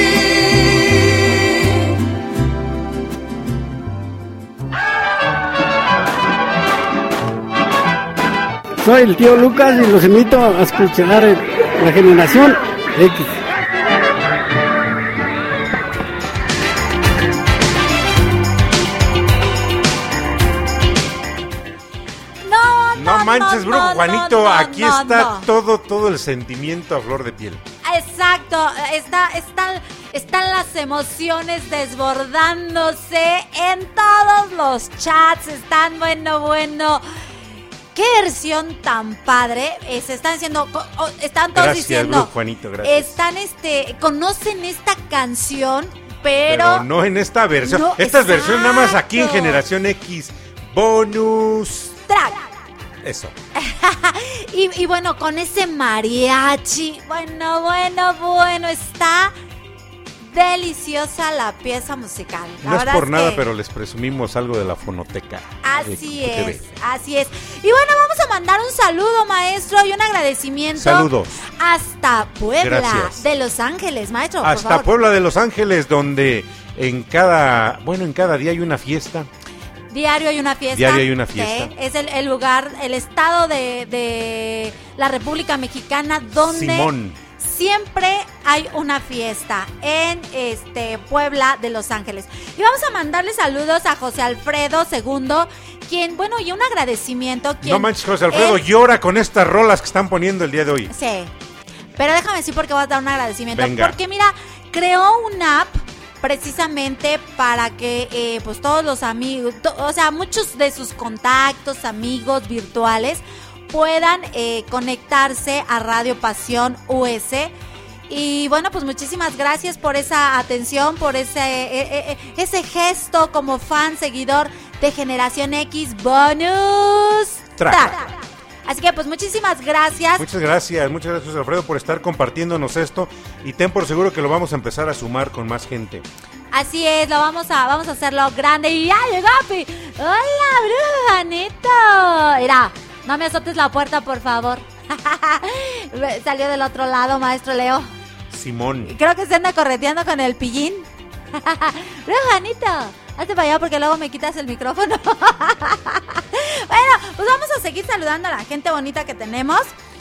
[SPEAKER 6] Soy el tío Lucas y los invito a escuchar la Generación X.
[SPEAKER 5] No manches, Brujo Juanito, aquí está todo el sentimiento a flor de piel.
[SPEAKER 4] Exacto, están las emociones desbordándose en todos los chats. Están bueno. Qué versión tan padre. Se están diciendo, están todos diciendo.
[SPEAKER 5] Gracias, Juanito, gracias.
[SPEAKER 4] Están conocen esta canción, pero
[SPEAKER 5] no en esta versión.
[SPEAKER 4] No,
[SPEAKER 5] esta es versión nada más aquí en
[SPEAKER 4] exacto.
[SPEAKER 5] Generación X. Bonus
[SPEAKER 4] track.
[SPEAKER 5] Eso.
[SPEAKER 4] y bueno, con ese mariachi. Bueno, está deliciosa la pieza musical.
[SPEAKER 5] No es por nada, pero les presumimos algo de la fonoteca.
[SPEAKER 4] Así es. Y bueno, vamos a mandar un saludo, maestro, y un agradecimiento.
[SPEAKER 5] Saludos.
[SPEAKER 4] Hasta Puebla,
[SPEAKER 5] Gracias.
[SPEAKER 4] de Los Ángeles, maestro.
[SPEAKER 5] Hasta
[SPEAKER 4] por favor.
[SPEAKER 5] Puebla de Los Ángeles, donde en cada día hay una fiesta.
[SPEAKER 4] Diario hay una fiesta.
[SPEAKER 5] Sí,
[SPEAKER 4] es el lugar, el estado de la República Mexicana donde
[SPEAKER 5] Simón.
[SPEAKER 4] siempre hay una fiesta en Puebla de Los Ángeles. Y vamos a mandarle saludos a José Alfredo II, quien, bueno, y un agradecimiento.
[SPEAKER 5] No manches, José Alfredo llora con estas rolas que están poniendo el día de hoy.
[SPEAKER 4] Sí, pero déjame decir por qué voy a dar un agradecimiento.
[SPEAKER 5] Venga.
[SPEAKER 4] Porque mira, creó una app precisamente para que pues todos los amigos, o sea, muchos de sus contactos, amigos virtuales puedan conectarse a Radio Pasión US. Y bueno, pues muchísimas gracias por esa atención, por ese gesto como fan, seguidor de Generación X Bonus Track. Así que pues muchísimas gracias.
[SPEAKER 5] Muchas gracias, José Alfredo, por estar compartiándonos esto. Y ten por seguro que lo vamos a empezar a sumar con más gente.
[SPEAKER 4] Así es, vamos a hacerlo grande. Y ya llegó Pi. Hola, Brujanito. Mira, no me azotes la puerta, por favor. Salió del otro lado, maestro Leo.
[SPEAKER 5] Simón.
[SPEAKER 4] Creo que se anda correteando con el pillín. Brujanito, hazte para allá porque luego me quitas el micrófono. Bueno, pues vamos a seguir saludando a la gente bonita que tenemos.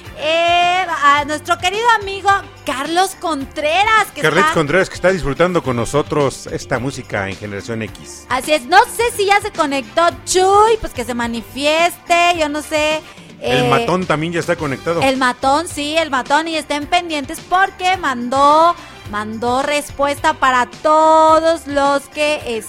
[SPEAKER 4] A nuestro querido amigo Carlos Contreras.
[SPEAKER 5] Contreras, que está disfrutando con nosotros esta música en Generación X.
[SPEAKER 4] Así es, no sé si ya se conectó Chuy, pues que se manifieste, yo no sé.
[SPEAKER 5] El matón también ya está conectado.
[SPEAKER 4] El matón, sí, y estén pendientes porque mandó respuesta para todos los que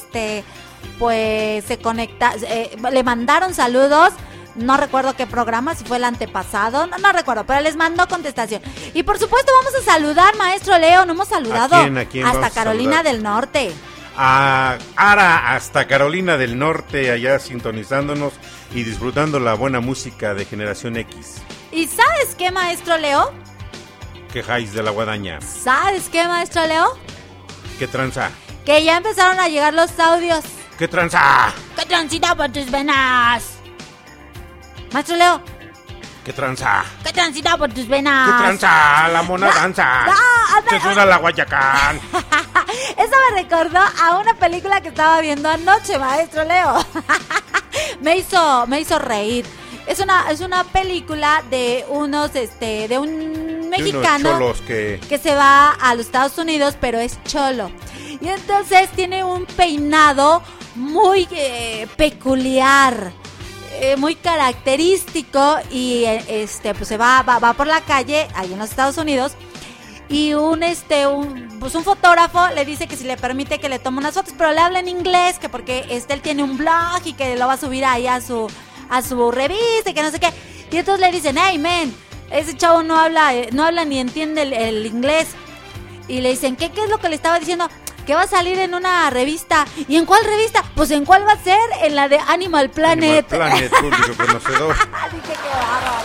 [SPEAKER 4] pues se conecta, le mandaron saludos. No recuerdo qué programa, si fue el antepasado, no recuerdo, pero les mandó contestación. Y por supuesto vamos a saludar, maestro Leo, no hemos saludado.
[SPEAKER 5] ¿A quién
[SPEAKER 4] hasta Carolina del Norte.
[SPEAKER 5] A Ara, hasta Carolina del Norte, allá sintonizándonos y disfrutando la buena música de Generación X.
[SPEAKER 4] ¿Y sabes qué, maestro Leo?
[SPEAKER 5] Quejáis de la guadaña.
[SPEAKER 4] ¿Sabes qué, maestro Leo?
[SPEAKER 5] ¿Qué tranza?
[SPEAKER 4] Que ya empezaron a llegar los audios.
[SPEAKER 5] ¿Qué tranza?
[SPEAKER 4] ¿Qué transita por tus venas? Maestro Leo.
[SPEAKER 5] ¿Qué tranza?
[SPEAKER 4] ¿Qué transita por tus venas?
[SPEAKER 5] ¿Qué tranza? La mona danza. ¡Se suda la Guayacán!
[SPEAKER 4] Eso me recordó a una película que estaba viendo anoche, maestro Leo. me hizo reír. Es una película de de un mexicano
[SPEAKER 5] unos cholos
[SPEAKER 4] que se va a los Estados Unidos, pero es cholo. Y entonces tiene un peinado muy peculiar. Muy característico y pues se va por la calle ahí en los Estados Unidos y un fotógrafo le dice que si le permite que le tome unas fotos, pero le habla en inglés, que porque él tiene un blog y que lo va a subir ahí a su revista y que no sé qué. Y entonces le dicen, hey man, ese chavo no habla ni entiende el inglés. Y le dicen, ¿qué es lo que le estaba diciendo? Que va a salir en una revista. ¿Y en cuál revista? Pues en cuál va a ser, en la de Animal Planet.
[SPEAKER 5] Animal Planet, público conocedor.
[SPEAKER 4] Dije, qué bárbaro.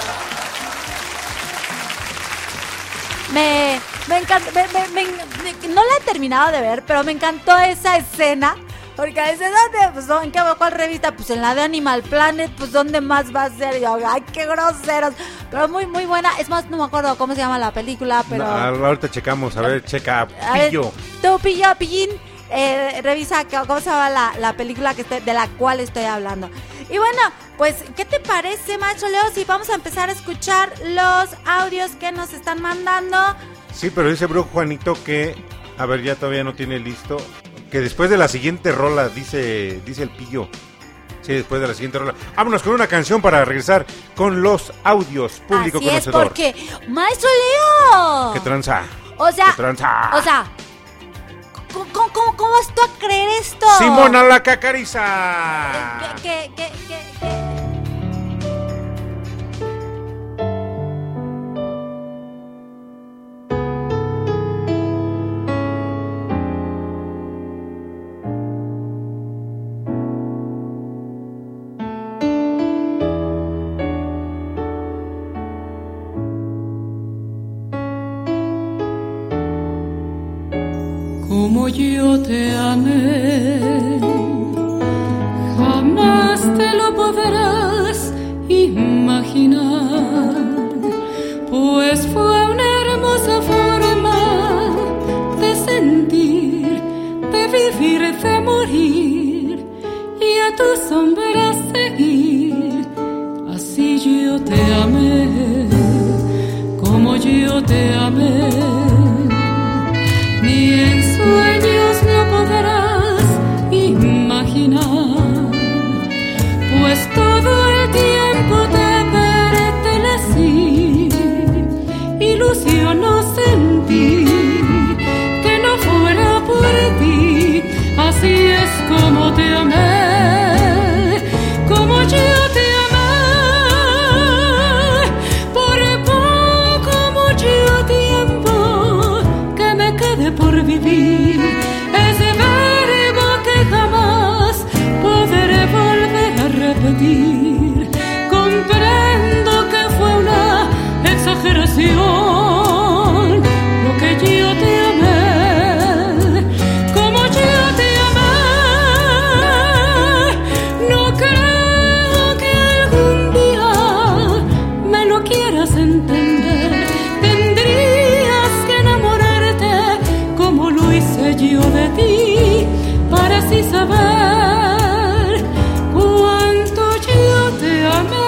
[SPEAKER 4] Me encanta, no la he terminado de ver, pero me encantó esa escena. Porque dice, ¿dónde? Pues ¿en cuál revista? Pues en la de Animal Planet, pues ¿dónde más va a ser? Y yo, ay, qué groseros. Pero muy, muy buena. Es más, no me acuerdo cómo se llama la película, pero...
[SPEAKER 5] No, ahorita checamos, a ver, checa, Pillo.
[SPEAKER 4] Tú, Pillín, revisa cómo se llama la película de la cual estoy hablando. Y bueno, pues, ¿qué te parece, maestro Leo, si vamos a empezar a escuchar los audios que nos están mandando?
[SPEAKER 5] Sí, pero dice Brujo Juanito que... A ver, ya todavía no tiene listo... Que después de la siguiente rola, dice el Pillo. Sí, después de la siguiente rola. Vámonos con una canción para regresar con los audios, público
[SPEAKER 4] Así
[SPEAKER 5] conocedor.
[SPEAKER 4] Es porque, ¡maestro Leo!
[SPEAKER 5] ¿Qué tranza?
[SPEAKER 4] O sea, ¿cómo vas tú a creer esto?
[SPEAKER 5] Simona la Cacariza.
[SPEAKER 4] ¿Qué?
[SPEAKER 10] Como yo te amé, jamás te lo podrás imaginar, pues fue una hermosa forma de sentir, de vivir, de morir y a tu sombra seguir. Así yo te amé, como yo te amé. Ni en sueños lo podrás imaginar, pues todo el tiempo te pertenecí, ilusión no sentí que no fuera por ti. Así es como te amé, como yo te amé, por poco, mucho tiempo que me quede por vivir, ese verbo que jamás podré volver a repetir. Comprendo que fue una exageración lo que yo te amé, como yo te amé. No creo que algún día me lo quieras entender. Tendrías que enamorarte como lo hice yo de ti, para así saber cuánto yo te amé.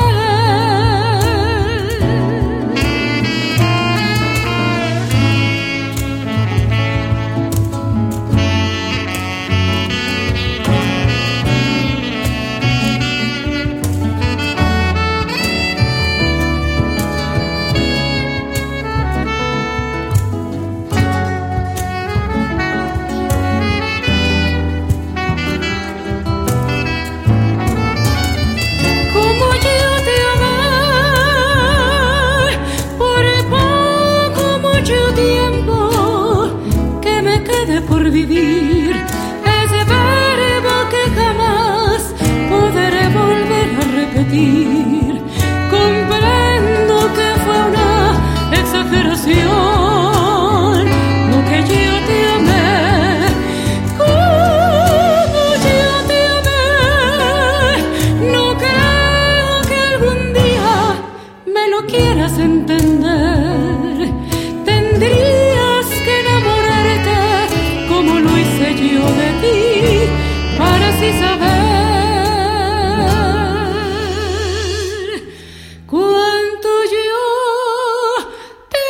[SPEAKER 10] Como yo te amé, por poco, mucho tiempo que me quede por vivir, ese verbo que jamás podré volver a repetir. Comprendo que fue una exageración lo que yo te amé, como yo te amé. No creo que algún día me lo quieras entender. Tendrías que enamorarte como lo hice yo de ti, para así saber cuánto yo te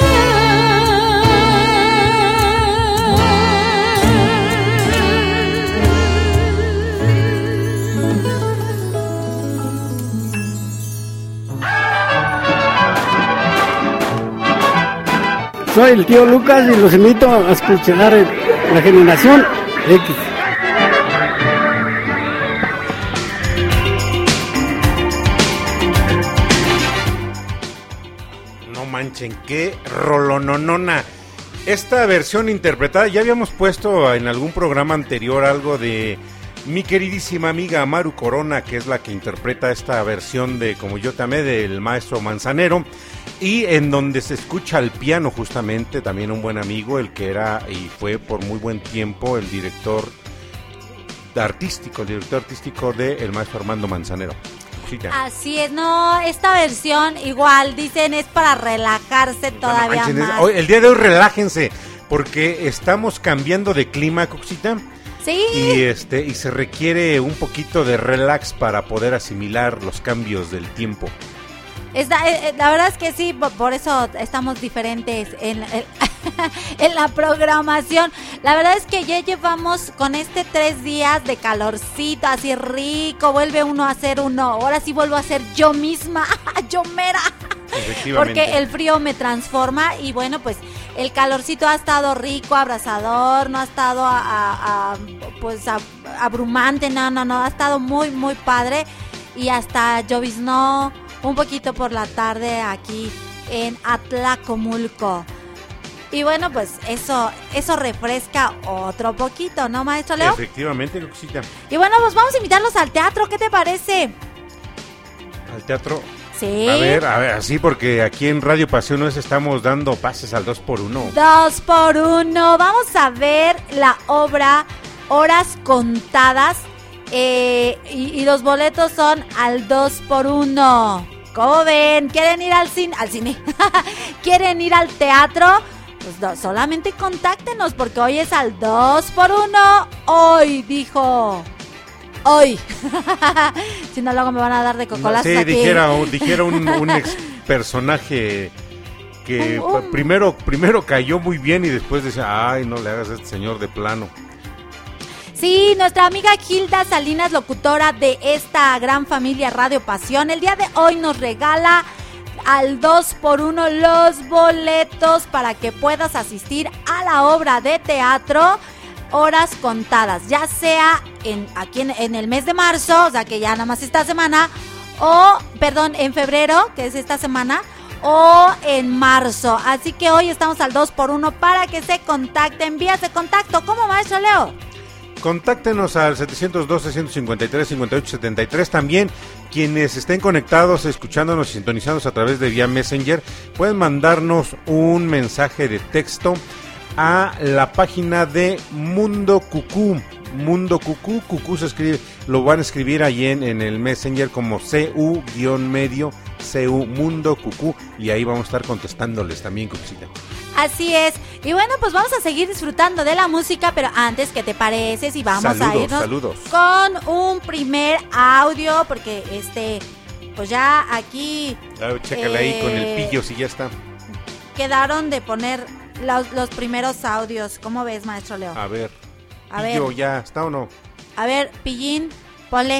[SPEAKER 6] Soy el tío Lucas y los invito a escuchar la Generación X.
[SPEAKER 5] No manchen, qué rolononona. Esta versión interpretada, ya habíamos puesto en algún programa anterior algo de mi queridísima amiga Maru Corona, que es la que interpreta esta versión de Como yo te amé del maestro Manzanero, y en donde se escucha al piano justamente también un buen amigo, el que era y fue por muy buen tiempo el director artístico de el maestro Armando Manzanero. Sí,
[SPEAKER 4] así es, no, esta versión igual dicen es para relajarse todavía más.
[SPEAKER 5] El día de hoy relájense, porque estamos cambiando de clima, Coxita.
[SPEAKER 4] Sí.
[SPEAKER 5] Y se requiere un poquito de relax para poder asimilar los cambios del tiempo.
[SPEAKER 4] La verdad es que sí, por eso estamos diferentes en la programación. La verdad es que ya llevamos con 3 días de calorcito, así rico. Vuelve uno a ser uno. Ahora sí vuelvo a ser yo misma, yo mera. Porque el frío me transforma. Y bueno, pues El calorcito ha estado rico, abrasador, no ha estado abrumante, no, ha estado muy, muy padre. Y hasta lloviznó un poquito por la tarde aquí en Atlacomulco. Y bueno, pues eso refresca otro poquito, ¿no, maestro Leo?
[SPEAKER 5] Efectivamente, Luxita.
[SPEAKER 4] Y bueno, pues vamos a invitarlos al teatro, ¿qué te parece?
[SPEAKER 5] ¿Al teatro?
[SPEAKER 4] Sí.
[SPEAKER 5] A ver, así porque aquí en Radio Pasiones estamos dando pases al 2x1.
[SPEAKER 4] 2x1. Vamos a ver la obra Horas Contadas. Y los boletos son al 2x1. ¿Cómo ven? ¿Quieren ir al cine? ¿Quieren ir al teatro? Pues solamente contáctenos porque hoy es al 2x1. Hoy, dijo. Hoy. Si no, luego me van a dar de cocolazos
[SPEAKER 5] sí,
[SPEAKER 4] aquí.
[SPEAKER 5] dijera un ex personaje que primero cayó muy bien y después decía, ay, no le hagas a este señor de plano.
[SPEAKER 4] Sí, nuestra amiga Gilda Salinas, locutora de esta gran familia Radio Pasión, el día de hoy nos regala al 2x1 los boletos para que puedas asistir a la obra de teatro Horas Contadas, ya sea aquí en el mes de marzo, o sea que ya nada más esta semana, en febrero, que es esta semana, o en marzo. Así que hoy estamos al 2x1 para que se contacten, vías de contacto. ¿Cómo, maestro Leo?
[SPEAKER 5] Contáctenos al 712-153-5873. También quienes estén conectados, escuchándonos y sintonizándonos a través de vía Messenger, pueden mandarnos un mensaje de texto a la página de Mundo Cucú. Mundo Cucú, Cucú se escribe, lo van a escribir ahí en el Messenger como CU-medio, CU Mundo Cucú, y ahí vamos a estar contestándoles también, Cucita.
[SPEAKER 4] Así es, y bueno, pues vamos a seguir disfrutando de la música, pero antes, ¿qué te parece si vamos a irnos con un primer audio? Porque pues ya aquí...
[SPEAKER 5] Chécale ahí con el pillo si ya está.
[SPEAKER 4] Quedaron de poner los primeros audios. ¿Cómo ves, maestro Leo?
[SPEAKER 5] A ver, pillo, ¿ya está o no?
[SPEAKER 4] A ver, Pillín, ponle.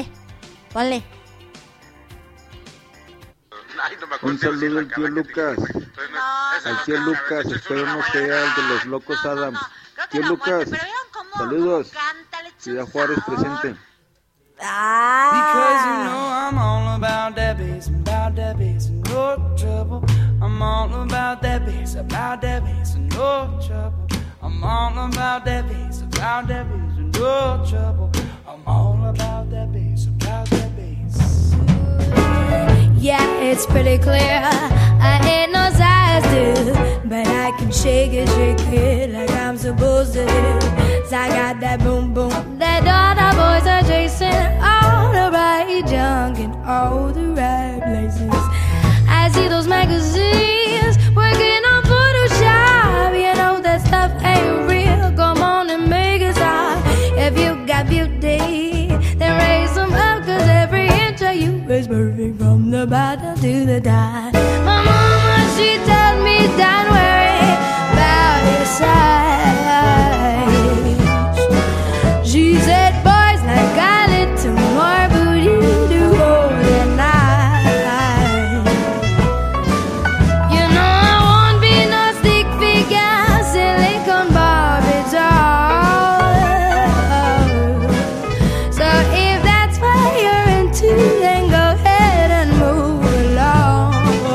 [SPEAKER 11] Un saludo al tío Lucas. Al tío Lucas, espero no sea el de los locos Adams. Tío Lucas, saludos. Ciudad Juárez presente.
[SPEAKER 9] Because you know I'm all about that bass, and no trouble. I'm all about that bass, and no trouble. I'm all about that bass, and no trouble. I'm all about that bass,
[SPEAKER 1] Yeah, it's pretty clear I ain't no size two, but I can shake it like I'm supposed to do. 'Cause I got that boom boom that all the boys are chasing, all the right junk in all the right places. I see those magazines working on Photoshop. You know that stuff ain't real. Come on and make it stop. If you got beauty, then raise them up, 'cause every inch of you is perfect from the bottom to the top. My mama, she told me don't worry about your size. She said boys like a little more booty to hold at night. You know I won't be no stick figure, silicone Barbie doll. So if that's what you're into, then go ahead and move along.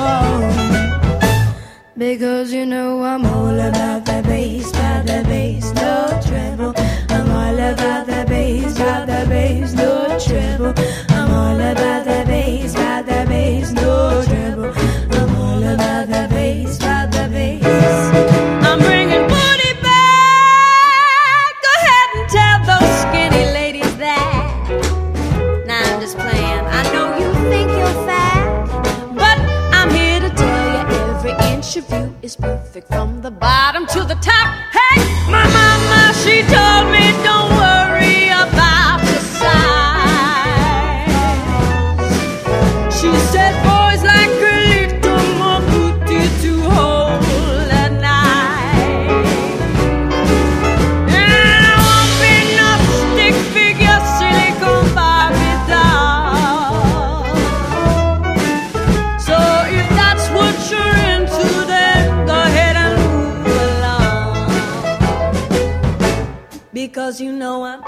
[SPEAKER 1] Because you know I'm all about the bass, no treble. I'm all about the bass, no treble. I'm all about the bass, no treble. I'm all about the bass, I'm bringing booty back. Go ahead and tell those skinny ladies that. Nah, I'm just playing. I know you think you're fat, but I'm here to tell you every inch of you is perfect from the bottom to the top. Hey, my mama, she told me don't worry about the size. She said boys like a little more booty to hold at night. And I won't be no stick figure silicone Barbie doll. So if that's what you're into, then go ahead and move along.
[SPEAKER 10] because you know I'm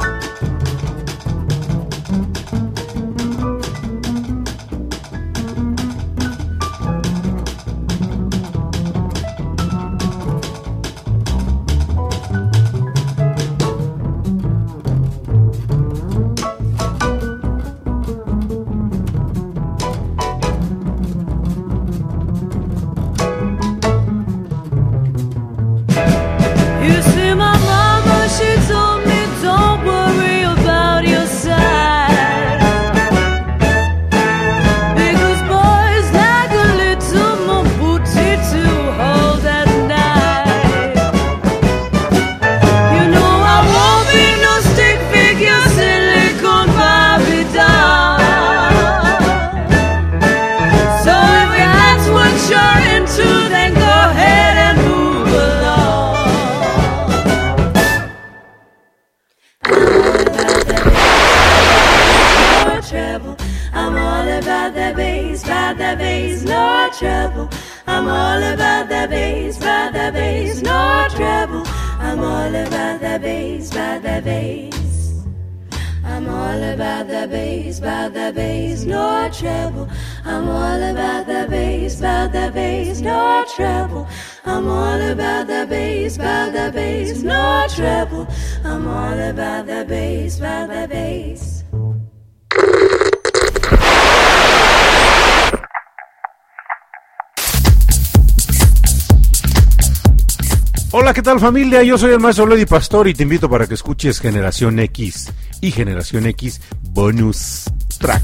[SPEAKER 5] Hola, ¿qué tal familia? Yo soy el maestro Leo Di Pastori y te invito para que escuches Generación X y Generación X Bonus Track.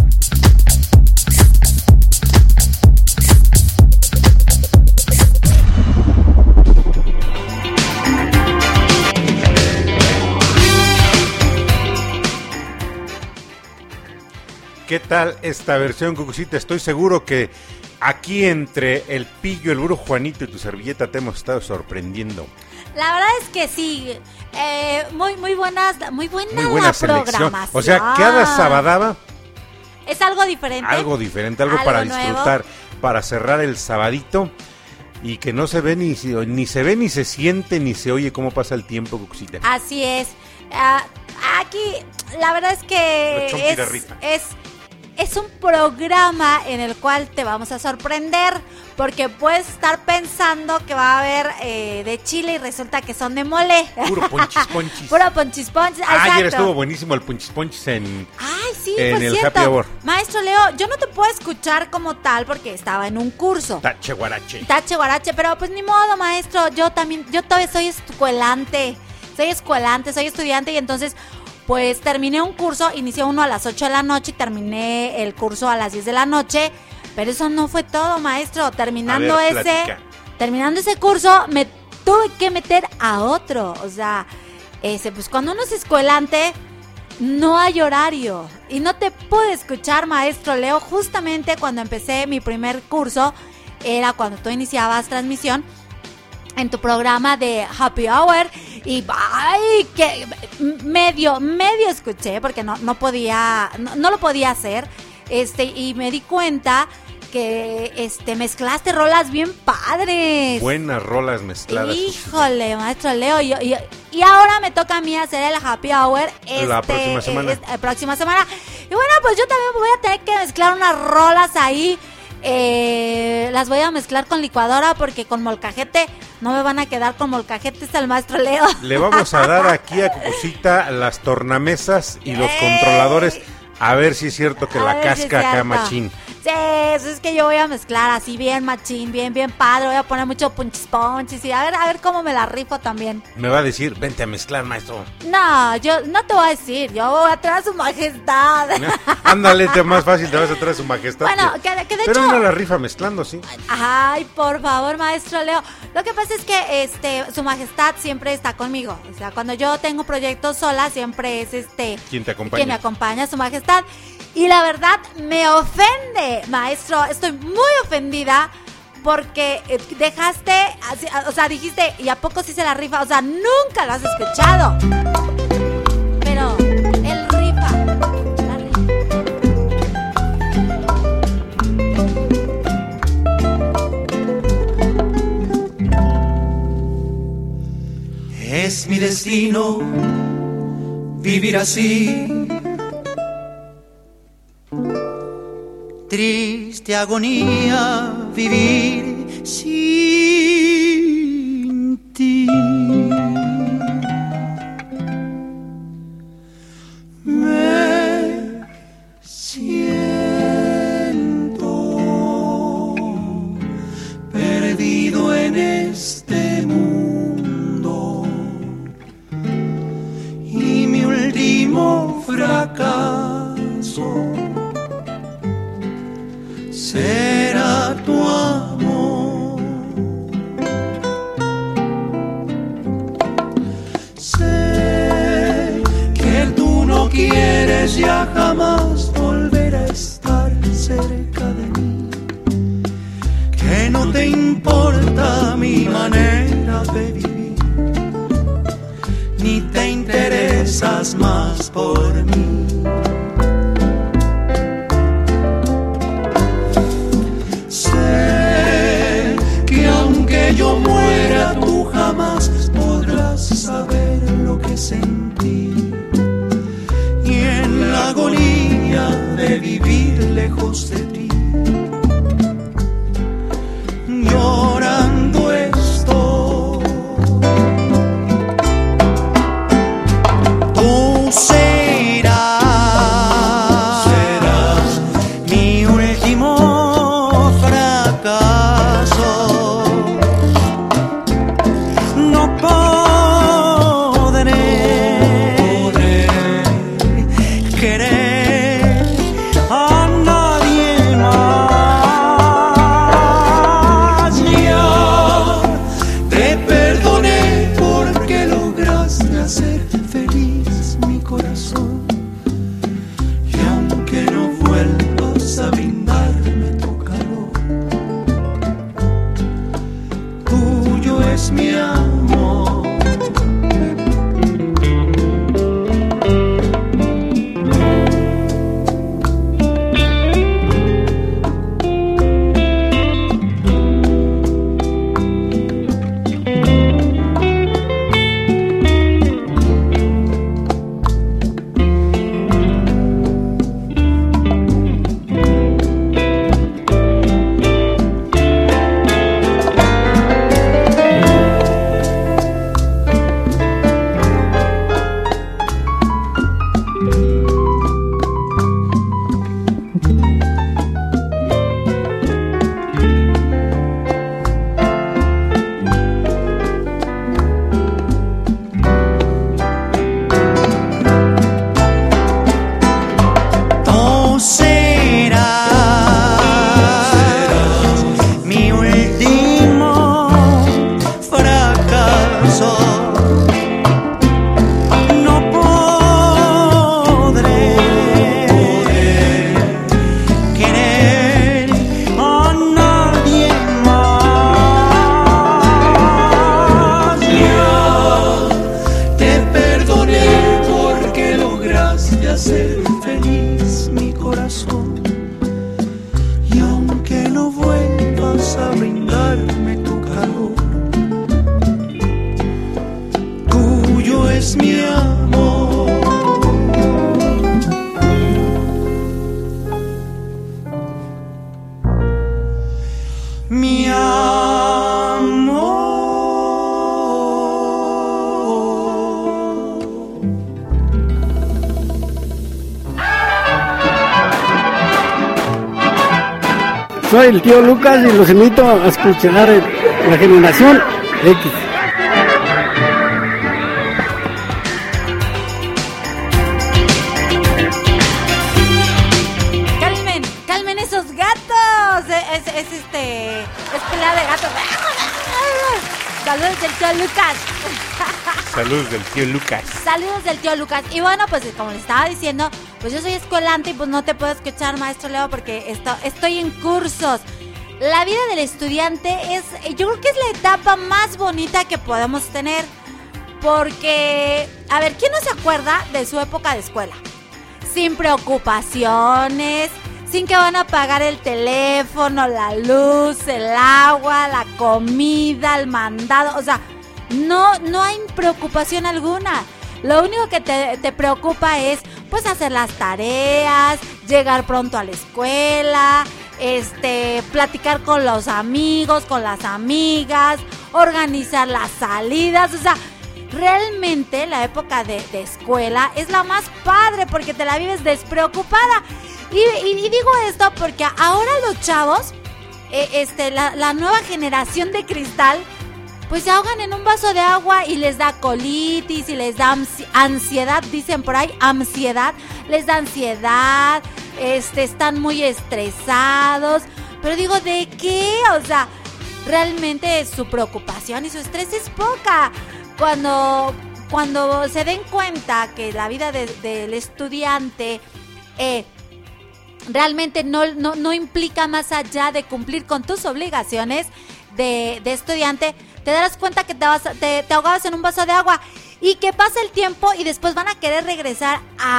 [SPEAKER 5] ¿Qué tal esta versión, Cucucita? Estoy seguro que aquí entre el Pillo, el Brujo Juanito y tu servilleta te hemos estado sorprendiendo.
[SPEAKER 4] La verdad es que sí, muy buena la programación.
[SPEAKER 5] O sea, cada sabadaba
[SPEAKER 4] es algo diferente.
[SPEAKER 5] Algo para disfrutar, para cerrar el sabadito y que no se ve ni se ve, ni se siente, ni se oye cómo pasa el tiempo, Cucucita.
[SPEAKER 4] Así es. Aquí la verdad es que es un programa en el cual te vamos a sorprender porque puedes estar pensando que va a haber de chile y resulta que son de mole.
[SPEAKER 5] Puro ponchis ponchis.
[SPEAKER 4] Puro ponchis ponchis.
[SPEAKER 5] Ayer estuvo buenísimo el ponchis ponchis en el
[SPEAKER 4] cierto.
[SPEAKER 5] Happy Hour.
[SPEAKER 4] Maestro Leo, yo no te puedo escuchar como tal porque estaba en un curso.
[SPEAKER 5] Tache guarache,
[SPEAKER 4] pero pues ni modo, maestro. Yo todavía soy escuelante, soy estudiante y entonces pues terminé un curso, inicié uno a las 8 de la noche y terminé el curso a las 10 de la noche, pero eso no fue todo, maestro. Terminando ese curso me tuve que meter a otro, o sea, pues cuando uno es escuelante no hay horario y no te pude escuchar, maestro Leo. Justamente cuando empecé mi primer curso era cuando tú iniciabas transmisión en tu programa de Happy Hour y que medio escuché porque no lo podía hacer, y me di cuenta que mezclaste rolas bien padres.
[SPEAKER 5] Buenas rolas mezcladas.
[SPEAKER 4] Híjole, maestro Leo, y ahora me toca a mí hacer el Happy Hour
[SPEAKER 5] la próxima semana.
[SPEAKER 4] Próxima semana. Y bueno, pues yo también voy a tener que mezclar unas rolas ahí. Las voy a mezclar con licuadora porque con molcajete no me van a quedar con molcajete. Está el maestro Leo.
[SPEAKER 5] Le vamos a dar aquí a Cucucita las tornamesas y los controladores, a ver si es cierto que la casca acá machín.
[SPEAKER 4] Sí, eso es que yo voy a mezclar así bien machín, bien padre. Voy a poner mucho punchis ponchis y a ver cómo me la rifo también.
[SPEAKER 5] Me va a decir, vente a mezclar, maestro.
[SPEAKER 4] No, yo no te voy a decir, yo voy a traer a su majestad.
[SPEAKER 5] Ándale, más fácil te vas a traer a su majestad.
[SPEAKER 4] Bueno, que de hecho...
[SPEAKER 5] Pero no la rifa mezclando, sí.
[SPEAKER 4] Ay, por favor, maestro Leo. Lo que pasa es que su majestad siempre está conmigo. O sea, cuando yo tengo proyectos sola, siempre es
[SPEAKER 5] ¿Quién te acompaña?
[SPEAKER 4] Quien me acompaña, su majestad. Y la verdad me ofende, maestro. Estoy muy ofendida porque dejaste, o sea, dijiste, ¿y a poco sí se la rifa? O sea, nunca lo has escuchado. Pero él rifa. La
[SPEAKER 3] rifa. Es mi destino vivir así. Triste agonía vivir sin ti. Me siento perdido en este mundo y mi último fracaso será tu amor. Sé que tú no quieres ya jamás volver a estar cerca de mí, que no te importa mi manera de vivir, ni te interesas más por mí. Yo muera, tú jamás podrás saber lo que sentí, y en la agonía de vivir lejos de ti, llorando estoy. Tú serás mi último fracaso.
[SPEAKER 6] Soy el tío Lucas y los invito a escuchar la Generación X.
[SPEAKER 4] Calmen esos gatos. Es pelea de gatos. Saludos del tío Lucas.
[SPEAKER 5] Saludos del tío Lucas.
[SPEAKER 4] Saludos del tío Lucas. Y bueno, pues como les estaba diciendo, pues yo soy escolante y pues no te puedo escuchar, maestro Leo, porque estoy en cursos. La vida del estudiante yo creo que es la etapa más bonita que podemos tener. Porque, a ver, ¿quién no se acuerda de su época de escuela? Sin preocupaciones, sin que van a pagar el teléfono, la luz, el agua, la comida, el mandado. O sea, no hay preocupación alguna. lo único que te preocupa es pues hacer las tareas, llegar pronto a la escuela, platicar con los amigos, con las amigas, organizar las salidas. O sea, realmente la época de escuela es la más padre porque te la vives despreocupada. Y digo esto porque ahora los chavos, la nueva generación de cristal, pues se ahogan en un vaso de agua y les da colitis y les da ansiedad, dicen por ahí, les da ansiedad, están muy estresados. Pero digo, ¿de qué? O sea, realmente su preocupación y su estrés es poca. Cuando se den cuenta que la vida del estudiante realmente no implica más allá de cumplir con tus obligaciones de estudiante, te darás cuenta que te ahogabas en un vaso de agua y que pasa el tiempo y después van a querer regresar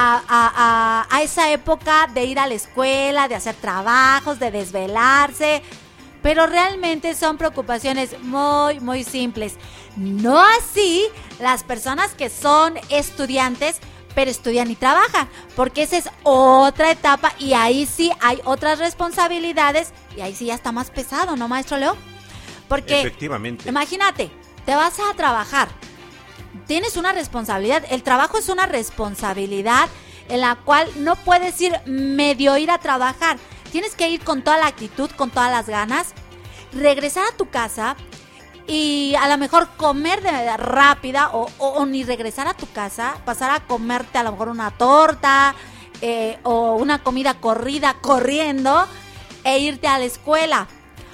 [SPEAKER 4] a esa época de ir a la escuela, de hacer trabajos, de desvelarse. Pero realmente son preocupaciones muy, muy simples. No así las personas que son estudiantes, pero estudian y trabajan, porque esa es otra etapa y ahí sí hay otras responsabilidades y ahí sí ya está más pesado, ¿no, maestro Leo? Porque,
[SPEAKER 5] efectivamente,
[SPEAKER 4] imagínate, te vas a trabajar, tienes una responsabilidad, el trabajo es una responsabilidad en la cual no puedes ir medio ir a trabajar, tienes que ir con toda la actitud, con todas las ganas, regresar a tu casa y a lo mejor comer de manera rápida o ni regresar a tu casa, pasar a comerte a lo mejor una torta o una comida corriendo e irte a la escuela.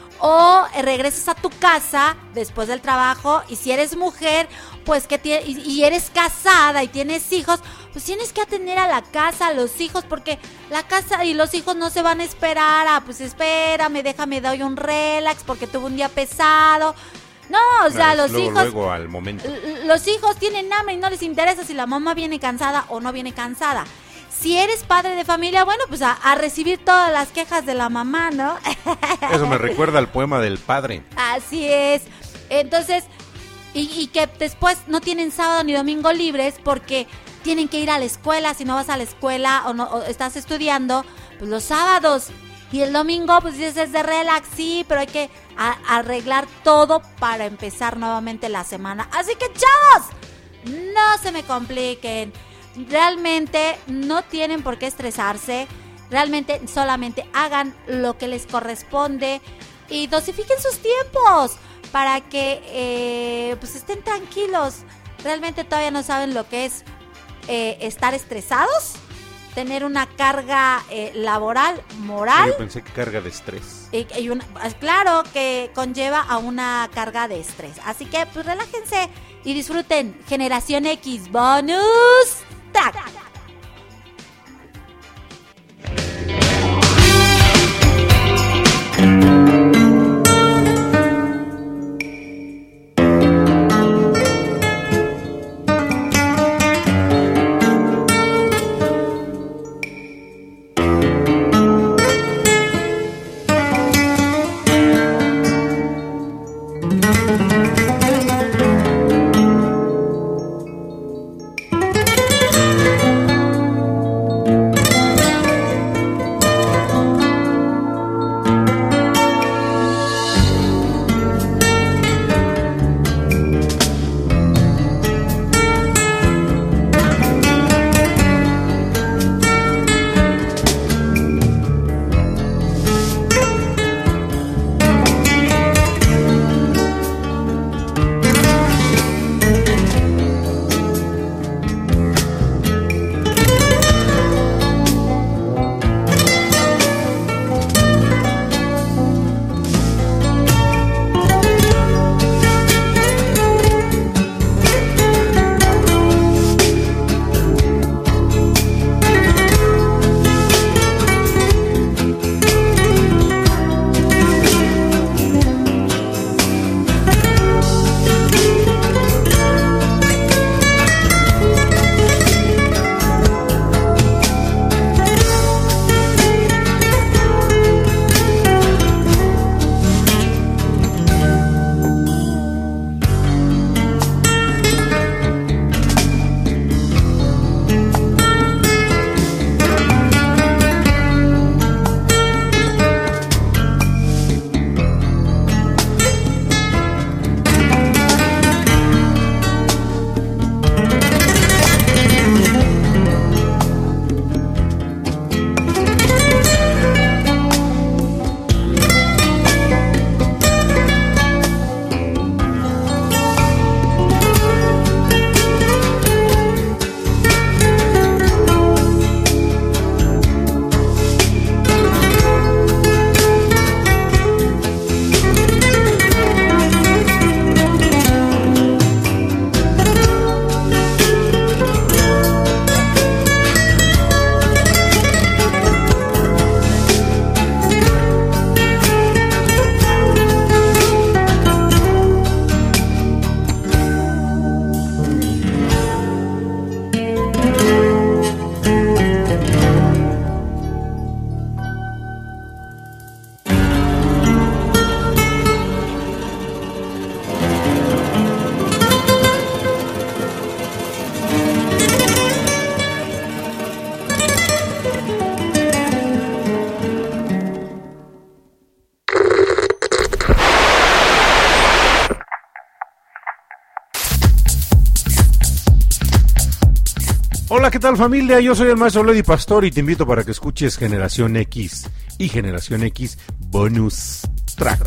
[SPEAKER 4] O regresas a tu casa después del trabajo y si eres mujer, pues y eres casada y tienes hijos, pues tienes que atender a la casa, a los hijos, porque la casa y los hijos no se van a esperar pues espérame, déjame, doy un relax porque tuve un día pesado. No, o sea,
[SPEAKER 5] luego al momento.
[SPEAKER 4] Los hijos tienen hambre y no les interesa si la mamá viene cansada o no viene cansada. Si eres padre de familia, bueno, pues a recibir todas las quejas de la mamá, ¿no?
[SPEAKER 5] Eso me recuerda al poema del padre.
[SPEAKER 4] Así es. Entonces, y que después no tienen sábado ni domingo libres porque tienen que ir a la escuela. Si no vas a la escuela o estás estudiando, pues los sábados. Y el domingo, pues dices, es de relax, sí, pero hay que arreglar todo para empezar nuevamente la semana. Así que, chavos, no se me compliquen. Realmente no tienen por qué estresarse. Realmente solamente hagan lo que les corresponde y dosifiquen sus tiempos para que pues estén tranquilos. Realmente todavía no saben lo que es estar estresados, tener una carga laboral, moral.
[SPEAKER 5] Yo pensé que carga de estrés.
[SPEAKER 4] Claro que conlleva a una carga de estrés. Así que pues relájense y disfruten Generación X Bonus Track.
[SPEAKER 5] Hola, ¿qué tal familia? Yo soy el maestro Leo Di Pastori y te invito para que escuches Generación X y Generación X Bonus Track.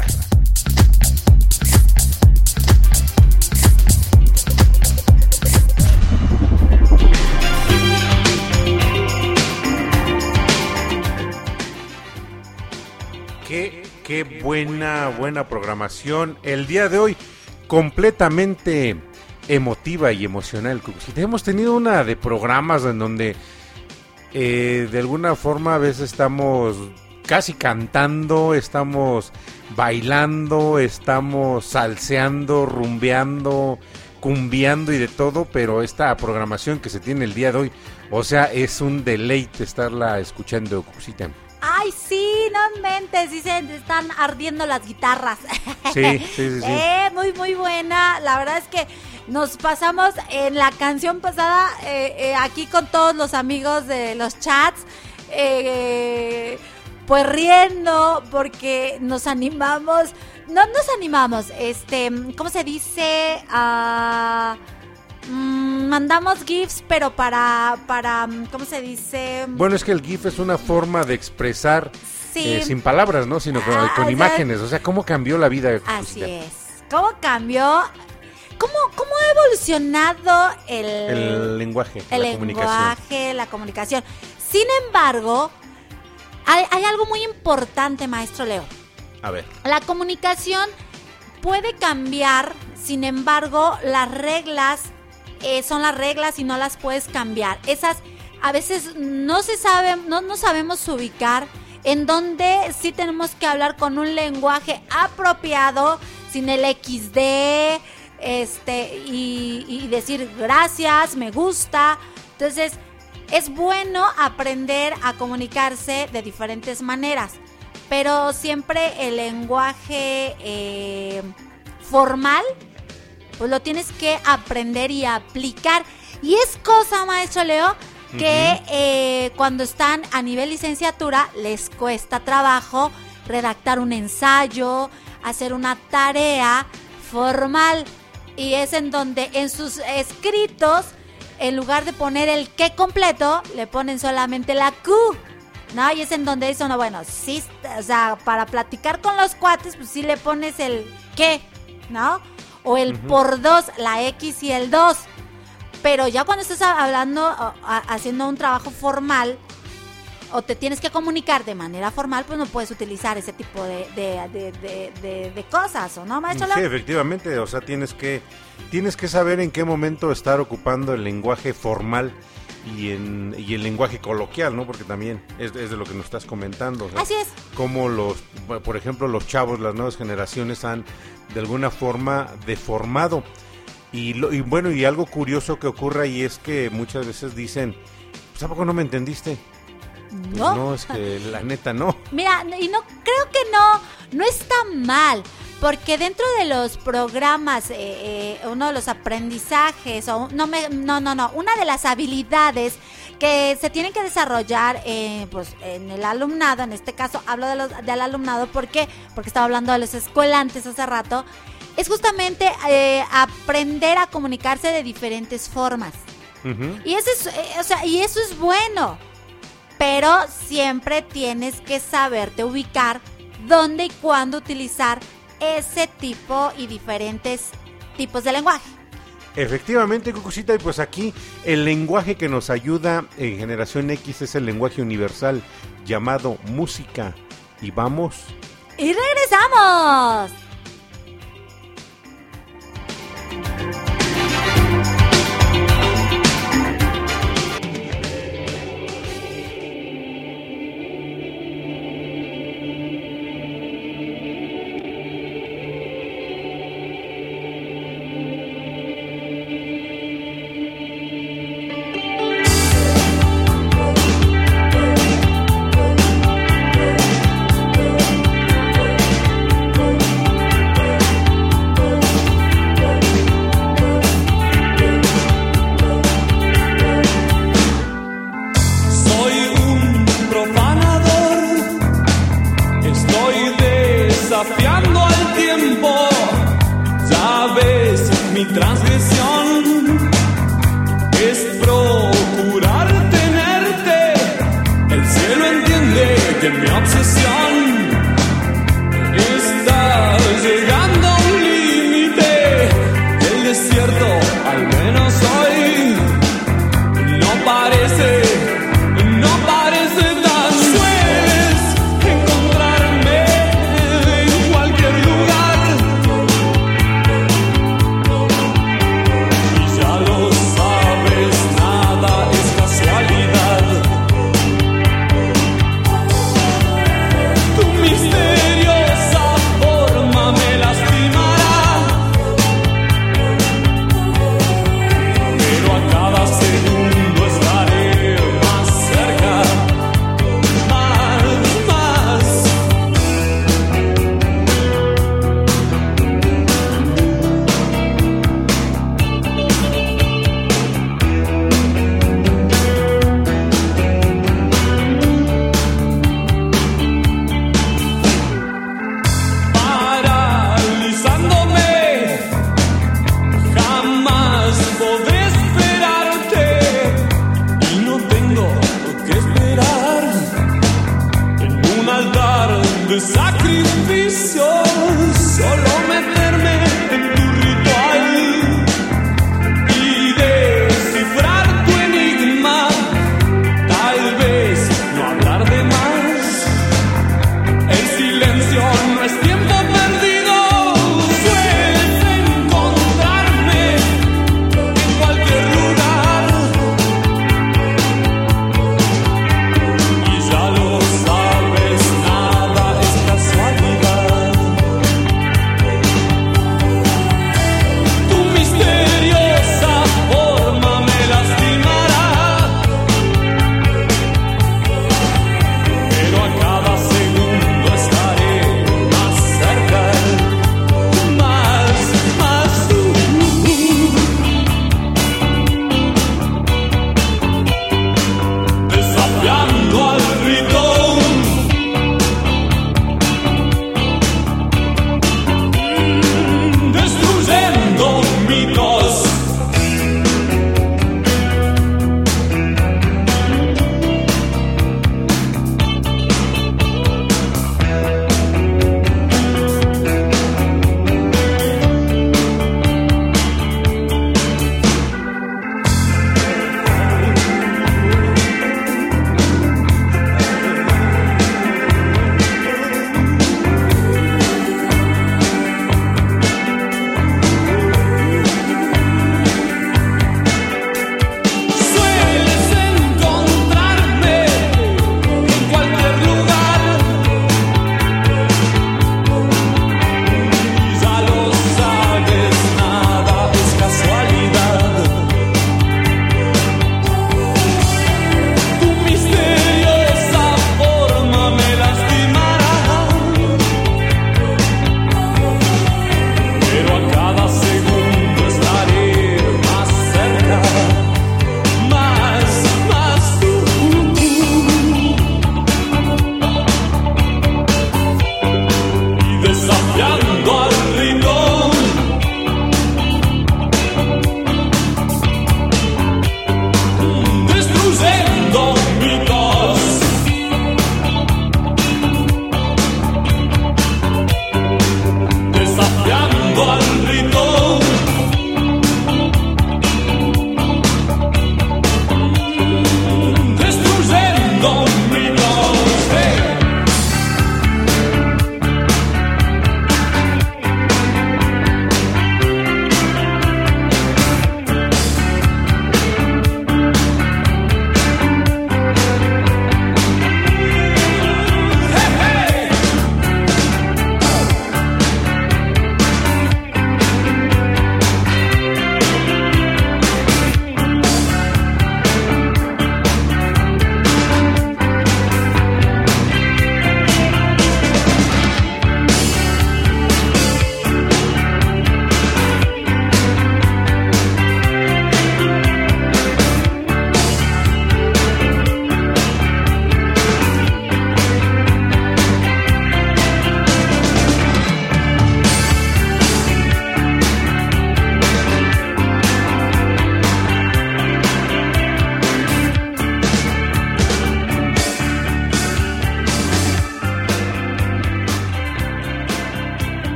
[SPEAKER 5] Qué buena programación. El día de hoy completamente emotiva y emocional. Hemos tenido una de programas en donde de alguna forma a veces estamos casi cantando, estamos bailando, estamos salseando, rumbeando, cumbiando y de todo, pero esta programación que se tiene el día de hoy, o sea, es un deleite estarla escuchando, Cucucita.
[SPEAKER 4] Ay, sí, no inventes, sí se están ardiendo las guitarras.
[SPEAKER 5] Sí.
[SPEAKER 4] Muy buena. La verdad es que nos pasamos en la canción pasada aquí con todos los amigos de los chats, pues riendo porque nos animamos. No nos animamos, ¿cómo se dice? Mandamos GIFs, pero para ¿cómo se dice?
[SPEAKER 5] Bueno, es que el GIF es una forma de expresar sin palabras, ¿no? Sino con imágenes. O sea, ¿cómo cambió la vida?
[SPEAKER 4] Así es. ¿Cómo cambió? ¿Cómo ha evolucionado
[SPEAKER 5] el lenguaje,
[SPEAKER 4] la comunicación? Sin embargo, hay algo muy importante, maestro Leo.
[SPEAKER 5] A ver.
[SPEAKER 4] La comunicación puede cambiar, sin embargo, las reglas son las reglas y no las puedes cambiar. Esas a veces no se saben, no sabemos ubicar en donde sí tenemos que hablar con un lenguaje apropiado, sin el XD, y decir gracias, me gusta. Entonces, es bueno aprender a comunicarse de diferentes maneras, pero siempre el lenguaje formal, pues lo tienes que aprender y aplicar. Y es cosa, maestro Leo, que cuando están a nivel licenciatura les cuesta trabajo redactar un ensayo, hacer una tarea formal. Y es en donde en sus escritos, en lugar de poner el qué completo, le ponen solamente la Q, ¿no? Y es en donde dice uno, bueno, sí, o sea, para platicar con los cuates, pues sí le pones el qué, ¿no? O el por dos, la X y el 2. Pero ya cuando estás hablando, haciendo un trabajo formal, o te tienes que comunicar de manera formal, pues no puedes utilizar ese tipo de cosas, ¿o no, maestro?
[SPEAKER 5] Sí, efectivamente, o sea, tienes que saber en qué momento estar ocupando el lenguaje formal y el lenguaje coloquial, ¿no? Porque también es de lo que nos estás comentando. ¿Sí?
[SPEAKER 4] Así es.
[SPEAKER 5] Como por ejemplo, los chavos, las nuevas generaciones han de alguna forma deformado. Y bueno, y algo curioso que ocurre ahí es que muchas veces dicen, pues ¿a poco no me entendiste? Pues no, es que la neta no.
[SPEAKER 4] Mira, y no creo que no está mal, porque dentro de los programas, uno de los aprendizajes, una de las habilidades que se tienen que desarrollar pues en el alumnado, en este caso hablo del alumnado, ¿por qué? Porque estaba hablando de los escuelantes hace rato, es justamente aprender a comunicarse de diferentes formas. Y eso es bueno. Pero siempre tienes que saberte ubicar dónde y cuándo utilizar ese tipo y diferentes tipos de lenguaje.
[SPEAKER 5] Efectivamente, Cucucita, y pues aquí el lenguaje que nos ayuda en Generación X es el lenguaje universal llamado música. Y vamos.
[SPEAKER 4] ¡Y regresamos!
[SPEAKER 8] Mi transgresión es procurar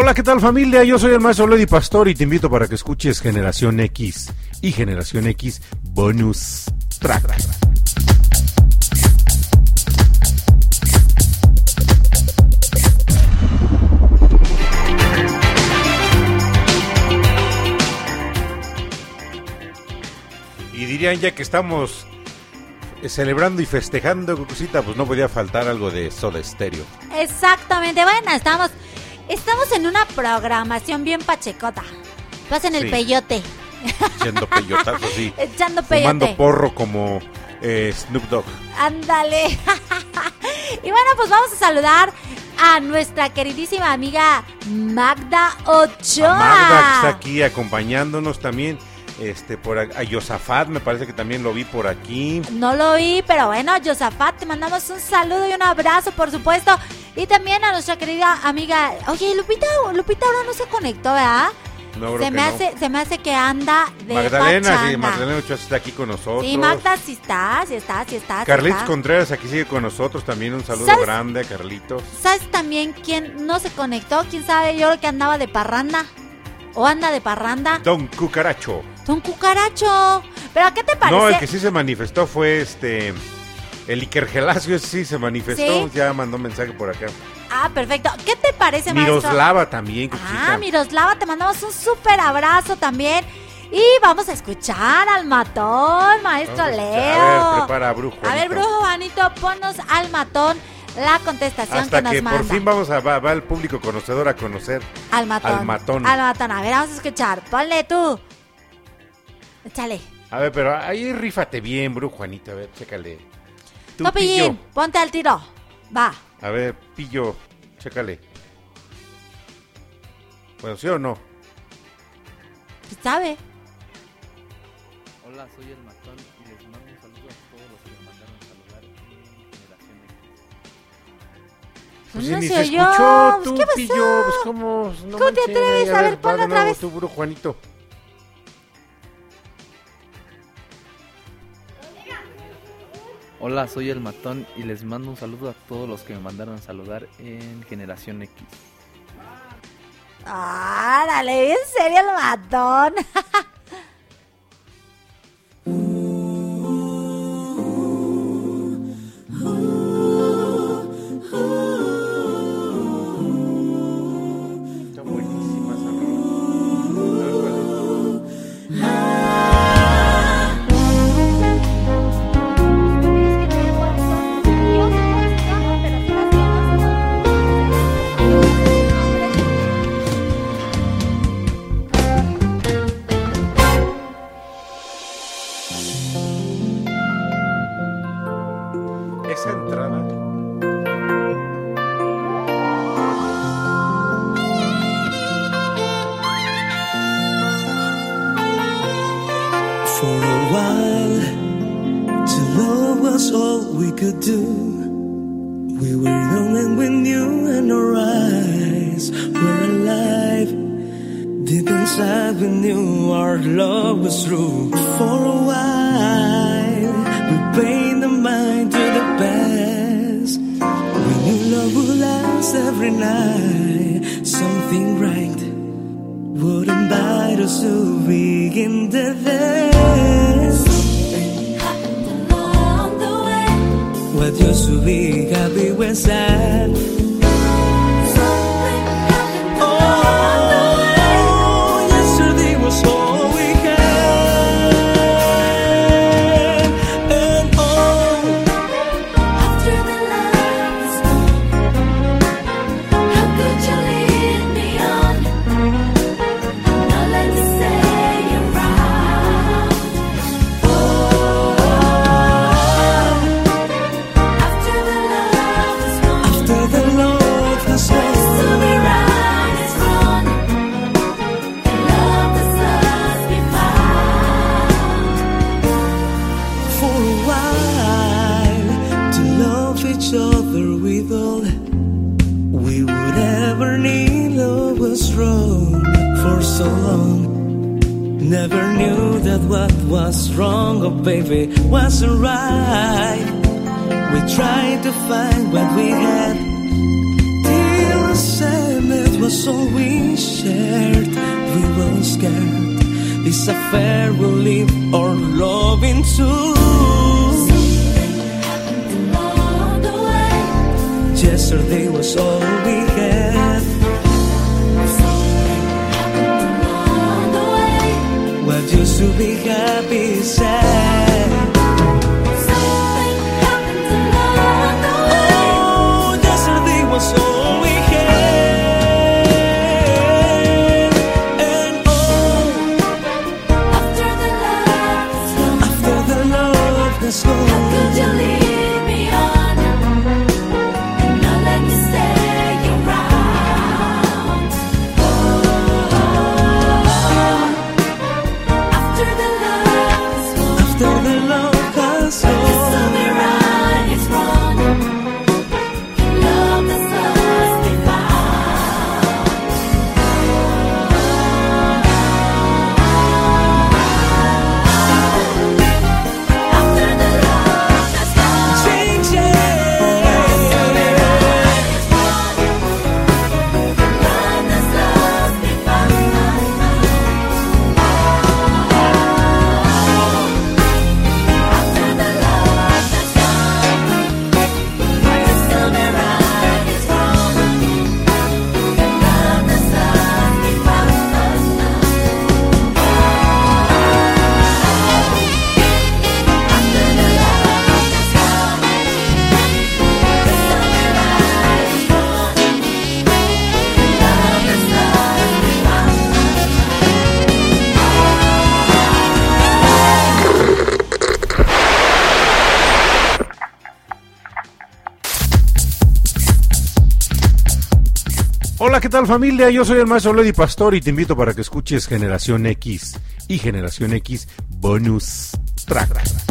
[SPEAKER 5] Hola, ¿qué tal familia? Yo soy el maestro Leo Di Pastori y te invito para que escuches Generación X y Generación X Bonus Track. Y dirían ya que estamos celebrando y festejando, Cucucita, pues no podía faltar algo de Soda Stereo.
[SPEAKER 4] Exactamente, bueno, estamos en una programación bien pachecota. Pasen el peyote.
[SPEAKER 5] Echando peyotazos, sí.
[SPEAKER 4] Echando peyote.
[SPEAKER 5] Fumando porro como Snoop Dogg.
[SPEAKER 4] Ándale. Y bueno, pues vamos a saludar a nuestra queridísima amiga Magda Ochoa.
[SPEAKER 5] Magda, que está aquí acompañándonos también. A Yosafat, me parece que también lo vi por aquí.
[SPEAKER 4] No lo vi, pero bueno, Yosafat, te mandamos un saludo y un abrazo, por supuesto. Y también a nuestra querida amiga. Oye, Lupita ahora no se conectó, ¿verdad?
[SPEAKER 5] No,
[SPEAKER 4] se me hace que anda de
[SPEAKER 5] Magdalena,
[SPEAKER 4] pachanga.
[SPEAKER 5] sí, Magdalena Ochoa está aquí con nosotros.
[SPEAKER 4] Sí, Magda sí está.
[SPEAKER 5] Carlitos Contreras aquí sigue con nosotros, también un saludo grande a Carlitos.
[SPEAKER 4] ¿Sabes también quién no se conectó? ¿Quién sabe? Yo creo que andaba de parranda. ¿O anda de parranda?
[SPEAKER 5] Don Cucaracho.
[SPEAKER 4] ¿Pero qué te parece?
[SPEAKER 5] No, el que sí se manifestó fue el Iker Gelacio, sí se manifestó, ¿sí? Ya mandó mensaje por acá.
[SPEAKER 4] Ah, perfecto. ¿Qué te parece, maestro?
[SPEAKER 5] Miroslava también, Cuchita.
[SPEAKER 4] Miroslava, te mandamos un súper abrazo también. Y vamos a escuchar al matón, maestro Leo.
[SPEAKER 5] A ver, prepara, brujo.
[SPEAKER 4] A ver, brujo Juanito, ponnos al matón la contestación
[SPEAKER 5] hasta
[SPEAKER 4] que nos manda.
[SPEAKER 5] Por fin va el público conocedor a conocer
[SPEAKER 4] al matón. A ver, vamos a escuchar. Ponle tú. Échale.
[SPEAKER 5] A ver, pero ahí rífate bien, brujo Juanito. A ver, chécale.
[SPEAKER 4] Tú, Pillín, ponte al tiro. Va.
[SPEAKER 5] A ver, Pillo, chécale. Bueno, ¿sí o no?
[SPEAKER 4] ¿Sabe?
[SPEAKER 12] Hola, soy el matón y les mando un saludo a todos los que me mandaron a saludar en Generación X.
[SPEAKER 5] Pues
[SPEAKER 4] no
[SPEAKER 5] ni
[SPEAKER 4] se
[SPEAKER 5] se
[SPEAKER 4] oyó.
[SPEAKER 5] Escuchó, tú,
[SPEAKER 4] ¿Qué pasó?
[SPEAKER 5] Pillo, pues ¿cómo? No
[SPEAKER 4] ¿Cómo te atreves? A ver, ponlo otra vez.
[SPEAKER 5] Tu brujo Juanito.
[SPEAKER 12] Hola, soy el matón y les mando un saludo a todos los que me mandaron a saludar en Generación X.
[SPEAKER 4] ¡Árale! ¿En serio el matón?
[SPEAKER 5] Está buenísima esa
[SPEAKER 13] was all we shared. We were scared this affair will leave our love into. Yesterday was all we had. What used to be happy is sad. Oh, yesterday was all we had. And oh, after the love has gone, how could you leave me on?
[SPEAKER 5] Hola, ¿qué tal familia? Yo soy el maestro Leo Di Pastori y te invito para que escuches Generación X y Generación X Bonus Track.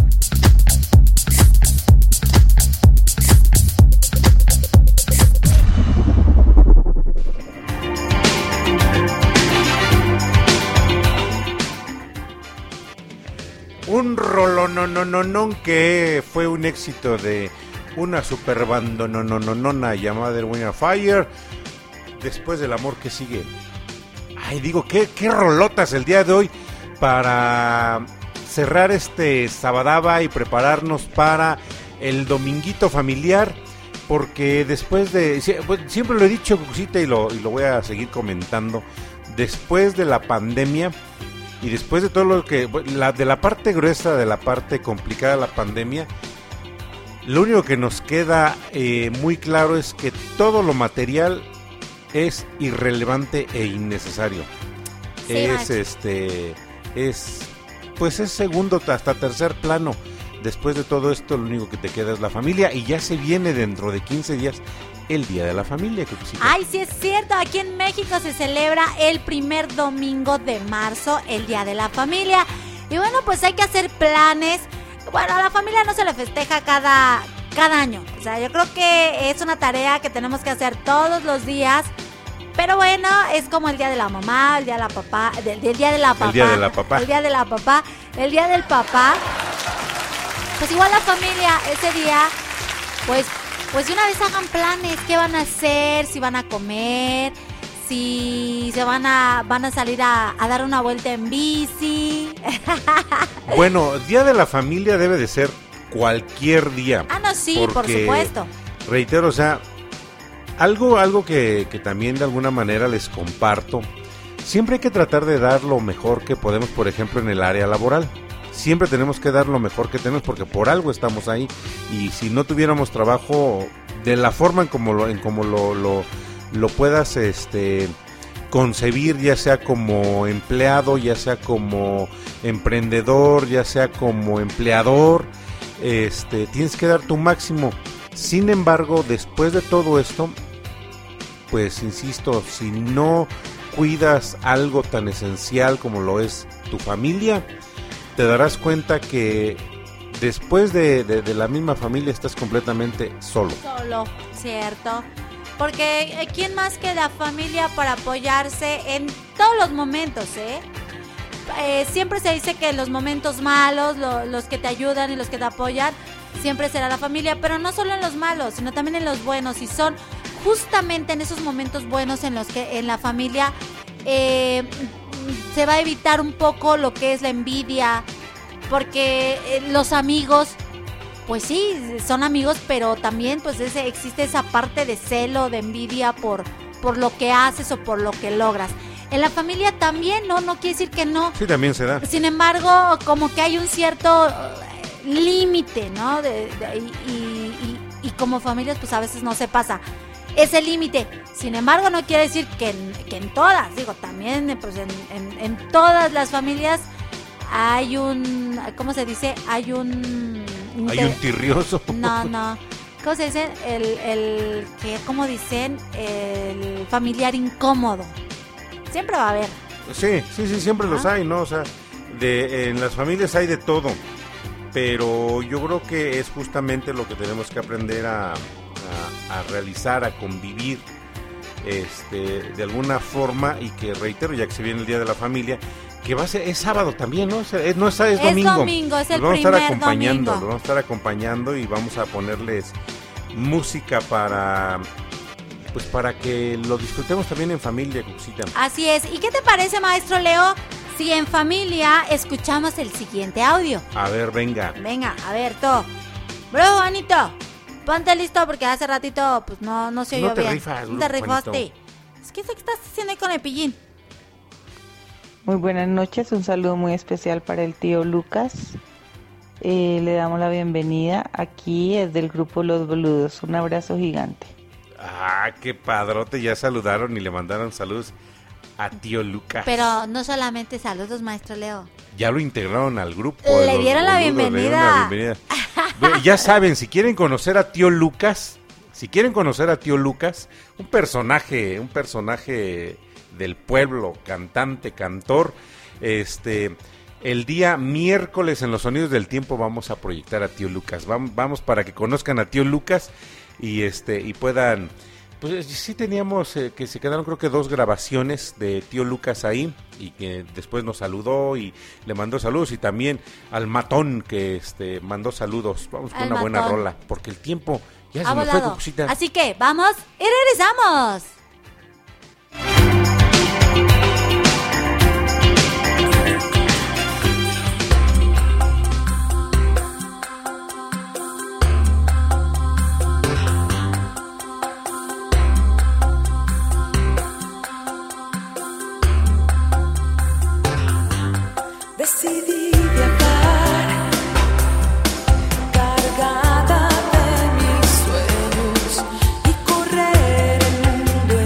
[SPEAKER 5] Un rolonononón que fue un éxito de una super bandonononona llamada The Wind of Fire. Después del amor que sigue. Ay, digo, qué rolotas el día de hoy para cerrar este sabadaba y prepararnos para el dominguito familiar, porque después de, siempre lo he dicho, Cucita, y lo voy a seguir comentando, después de la pandemia y después de todo lo que, de la parte gruesa, de la parte complicada de la pandemia, lo único que nos queda muy claro es que todo lo material es irrelevante e innecesario. Sí, es segundo hasta tercer plano. Después de todo esto, lo único que te queda es la familia, y ya se viene dentro de 15 días el Día de la Familia.
[SPEAKER 4] Ay, sí es cierto, aquí en México se celebra el primer domingo de marzo, el Día de la Familia. Y bueno, pues hay que hacer planes. Bueno, a la familia no se le festeja cada año. O sea, yo creo que es una tarea que tenemos que hacer todos los días. Pero bueno, es como el día de la mamá, el día de la papá, el día de la papá, el día de la papá, el día de la papá, el día del papá. Pues igual la familia ese día, pues de una vez hagan planes, qué van a hacer, si van a comer, si se van a salir a dar una vuelta en bici.
[SPEAKER 5] Bueno, Día de la Familia debe de ser cualquier día.
[SPEAKER 4] Ah, no, sí, porque, por supuesto.
[SPEAKER 5] Reitero, o sea, algo que también de alguna manera les comparto. Siempre hay que tratar de dar lo mejor que podemos, por ejemplo, en el área laboral. Siempre tenemos que dar lo mejor que tenemos, porque por algo estamos ahí. Y si no tuviéramos trabajo de la forma en como lo puedas concebir, ya sea como empleado, ya sea como emprendedor, ya sea como empleador, tienes que dar tu máximo. Sin embargo, después de todo esto, pues insisto, si no cuidas algo tan esencial como lo es tu familia, te darás cuenta que después de la misma familia estás completamente solo.
[SPEAKER 4] Solo, cierto. Porque ¿quién más que la familia para apoyarse en todos los momentos, siempre se dice que en los momentos malos, los que te ayudan y los que te apoyan, siempre será la familia, pero no solo en los malos, sino también en los buenos, y son justamente en esos momentos buenos en los que en la familia se va a evitar un poco lo que es la envidia, porque los amigos, pues sí, son amigos, pero también pues existe esa parte de celo, de envidia por lo que haces o por lo que logras. En la familia también, no quiere decir que no.
[SPEAKER 5] Sí, también se da.
[SPEAKER 4] Sin embargo, como que hay un cierto límite, ¿no? Y como familias, pues a veces no se pasa ese límite. Sin embargo, no quiere decir que en todas, digo, también pues en todas las familias hay un, ¿cómo se dice? Hay un
[SPEAKER 5] tirrioso.
[SPEAKER 4] No. ¿Cómo se dice? El que, ¿cómo dicen? El familiar incómodo. Siempre va a haber.
[SPEAKER 5] Sí, siempre los hay, ¿no? O sea, en las familias hay de todo. Pero yo creo que es justamente lo que tenemos que aprender a realizar, a convivir de alguna forma, y que reitero, ya que se viene el Día de la Familia, que va a ser, es sábado también, ¿no? Es domingo.
[SPEAKER 4] Domingo, es el
[SPEAKER 5] primer
[SPEAKER 4] domingo.
[SPEAKER 5] Los vamos a estar acompañando y vamos a ponerles música para que lo disfrutemos también en familia, Cuxita.
[SPEAKER 4] Así es. ¿Y qué te parece, maestro Leo, si en familia escuchamos el siguiente audio?
[SPEAKER 5] A ver, venga.
[SPEAKER 4] Venga, a ver, Bro, Juanito, ponte listo porque hace ratito pues no se oyó bien.
[SPEAKER 5] No
[SPEAKER 4] te rifaste. Es que ¿qué estás haciendo ahí con el pillín?
[SPEAKER 14] Muy buenas noches, un saludo muy especial para el tío Lucas. Le damos la bienvenida. Aquí es del grupo Los Boludos. Un abrazo gigante.
[SPEAKER 5] Ah, qué padrote, ya saludaron y le mandaron saludos a tío Lucas.
[SPEAKER 4] Pero no solamente saludos, maestro Leo.
[SPEAKER 5] Ya lo integraron al grupo.
[SPEAKER 4] Le dieron la bienvenida.
[SPEAKER 5] Ya saben, si quieren conocer a tío Lucas, un personaje del pueblo, cantante, cantor, el día miércoles en Los Sonidos del Tiempo vamos a proyectar a tío Lucas. Vamos para que conozcan a tío Lucas y puedan, pues sí teníamos que se quedaron creo que 2 grabaciones de tío Lucas ahí, y que después nos saludó y le mandó saludos, y también al Matón que mandó saludos. Vamos con una buena rola, porque el tiempo ya se nos fue, Cuxita.
[SPEAKER 4] Así que vamos y regresamos.
[SPEAKER 15] Decidí viajar, cargada de mis sueños, y correr el mundo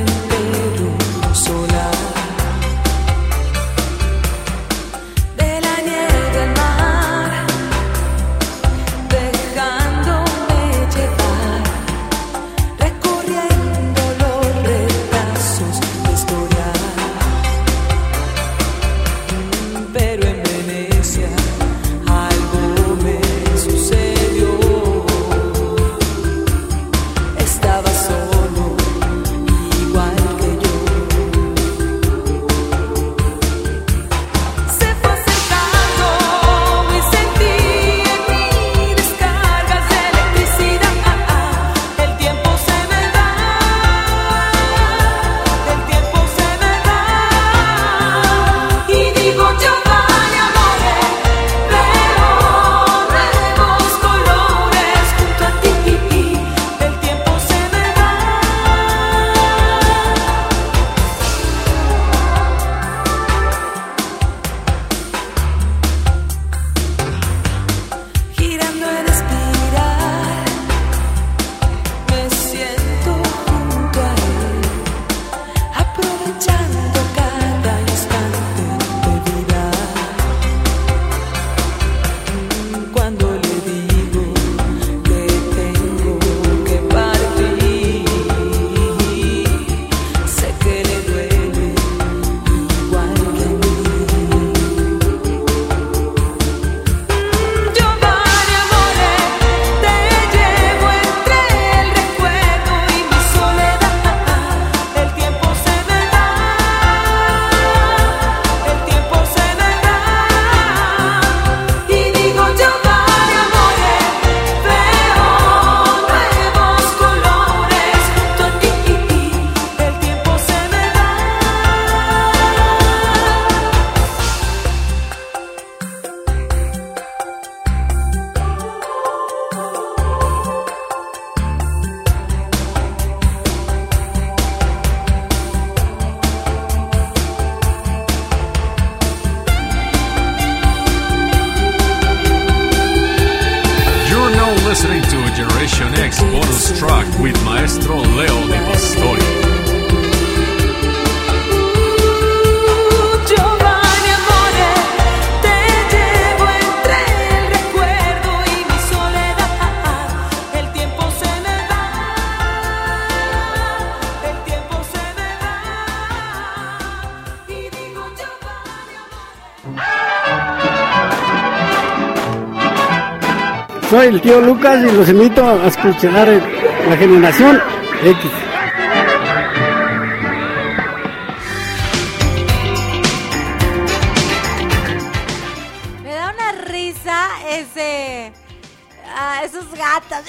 [SPEAKER 7] Generation X bonus track with Maestro Leo Di Pastori.
[SPEAKER 6] Soy el tío Lucas y los invito a escuchar la Generación X.
[SPEAKER 4] Me da una risa esos gatos.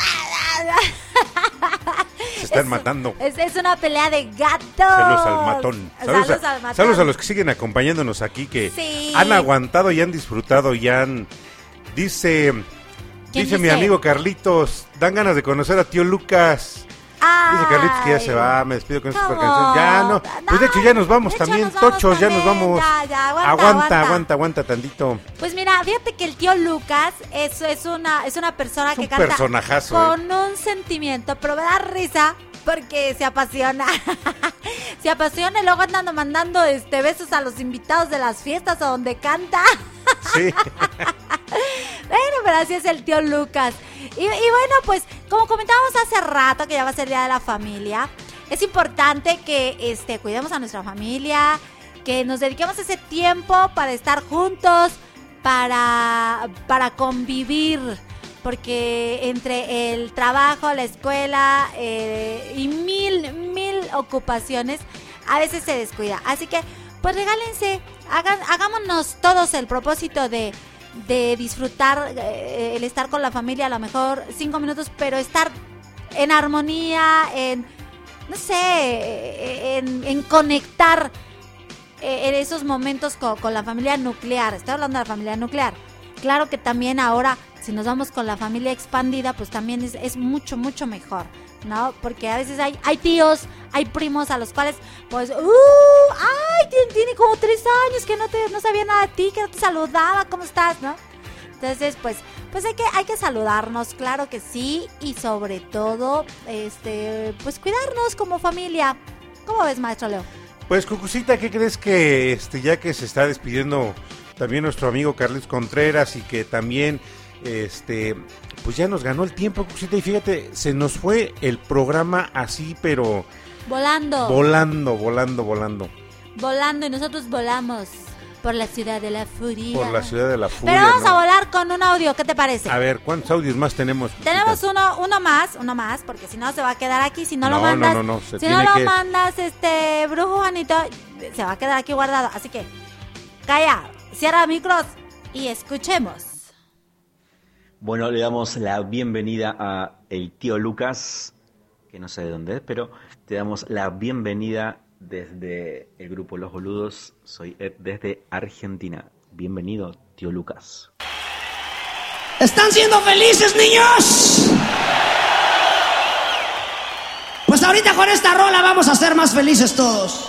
[SPEAKER 5] Se están matando.
[SPEAKER 4] Es una pelea de gatos.
[SPEAKER 5] Saludos al matón.
[SPEAKER 4] Saludos al matón.
[SPEAKER 5] Saludos a los que siguen acompañándonos aquí, que
[SPEAKER 4] sí.
[SPEAKER 5] han aguantado y han disfrutado y han... Dice mi amigo Carlitos, dan ganas de conocer a tío Lucas. Dice Carlitos que ya se va, me despido con esta super canción. Ya no, pues de hecho ya nos vamos también, tochos, ya nos vamos.
[SPEAKER 4] Ya,
[SPEAKER 5] aguanta tantito.
[SPEAKER 4] Pues mira, fíjate que el tío Lucas es una persona que canta
[SPEAKER 5] personajazo,
[SPEAKER 4] con un sentimiento, pero me da risa porque se apasiona. Se apasiona y luego andando mandando besos a los invitados de las fiestas o donde canta.
[SPEAKER 5] Sí.
[SPEAKER 4] Bueno, pero así es el tío Lucas. Y bueno, pues como comentábamos hace rato que ya va a ser Día de la Familia, es importante que cuidemos a nuestra familia, que nos dediquemos ese tiempo para estar juntos, para convivir, porque entre el trabajo, la escuela y mil ocupaciones a veces se descuida. Así que pues regálense, hagámonos todos el propósito de disfrutar el estar con la familia, a lo mejor 5 minutos, pero estar en armonía, en conectar en esos momentos con la familia nuclear. Estoy hablando de la familia nuclear. Claro que también ahora, si nos vamos con la familia expandida, pues también es mucho, mucho mejor, ¿no? Porque a veces hay tíos, hay primos a los cuales, pues, tiene como 3 años que no sabía nada de ti, que no te saludaba, ¿cómo estás, no? Entonces, pues hay que saludarnos, claro que sí, y sobre todo, pues cuidarnos como familia. ¿Cómo ves, maestro Leo?
[SPEAKER 5] Pues, Cucucita, ¿qué crees que ya que se está despidiendo también nuestro amigo Carlitos Contreras y que también pues ya nos ganó el tiempo, Cucucita, y fíjate, se nos fue el programa así, pero
[SPEAKER 4] volando, y nosotros volamos por la ciudad de la furia. Pero vamos a volar con un audio, ¿qué te parece?
[SPEAKER 5] A ver, ¿cuántos audios más tenemos, Cucucita?
[SPEAKER 4] Tenemos uno más, porque si no se va a quedar aquí, si no lo mandas, brujo Juanito, se va a quedar aquí guardado, así que calla, cierra micros y escuchemos.
[SPEAKER 16] Bueno, le damos la bienvenida a el tío Lucas, que no sé de dónde es, pero te damos la bienvenida desde el grupo Los Boludos. Soy Ed desde Argentina. Bienvenido, tío Lucas.
[SPEAKER 17] ¿Están siendo felices, niños? Pues ahorita con esta rola vamos a ser más felices todos.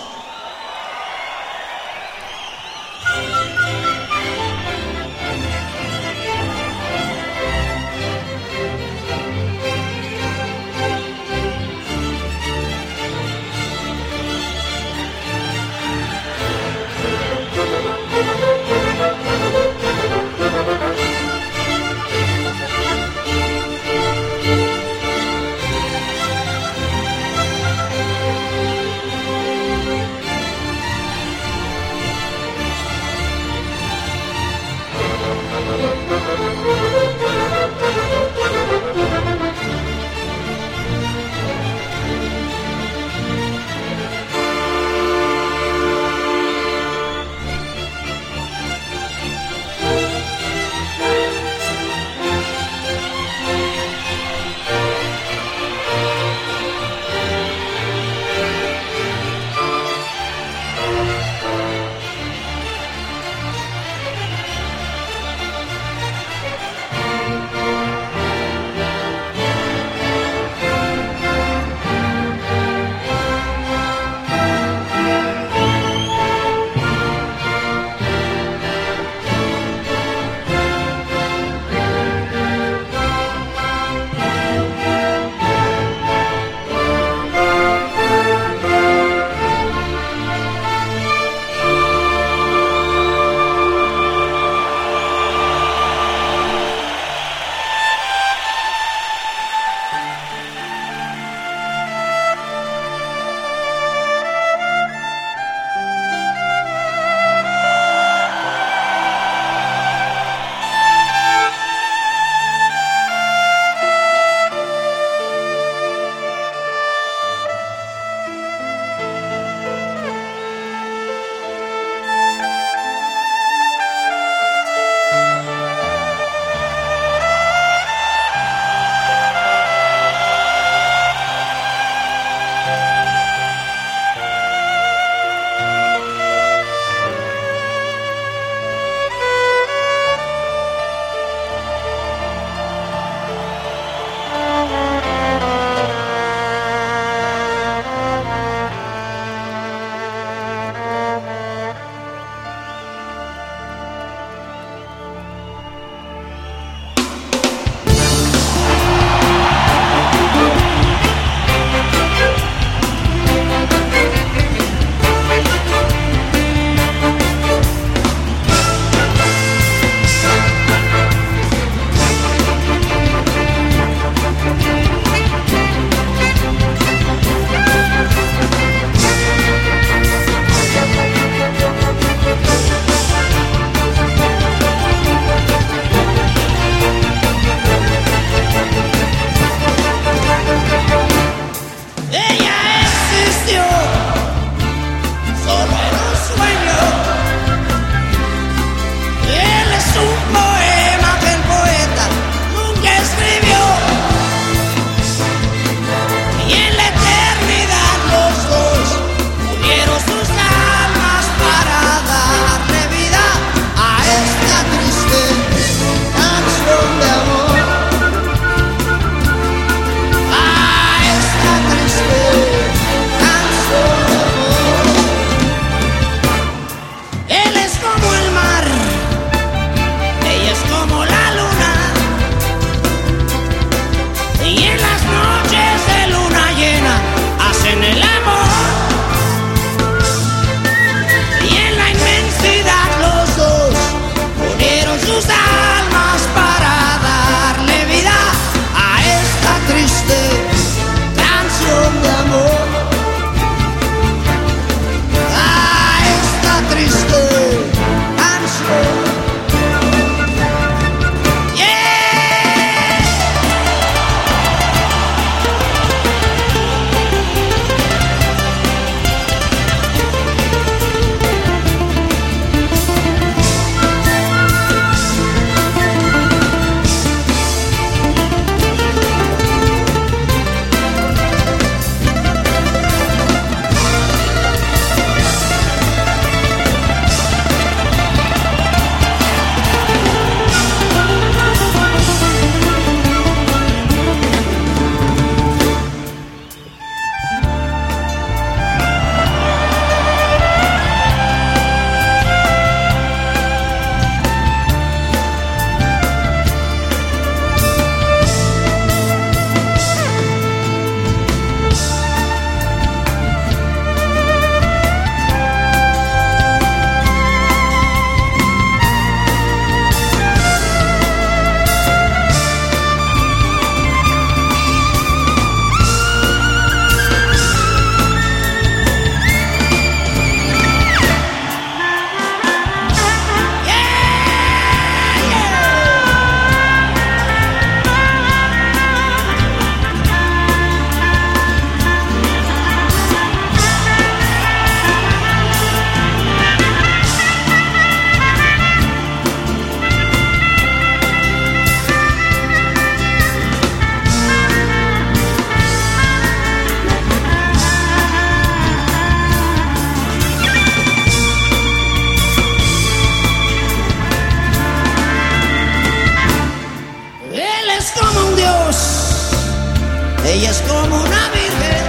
[SPEAKER 17] ella es como una virgen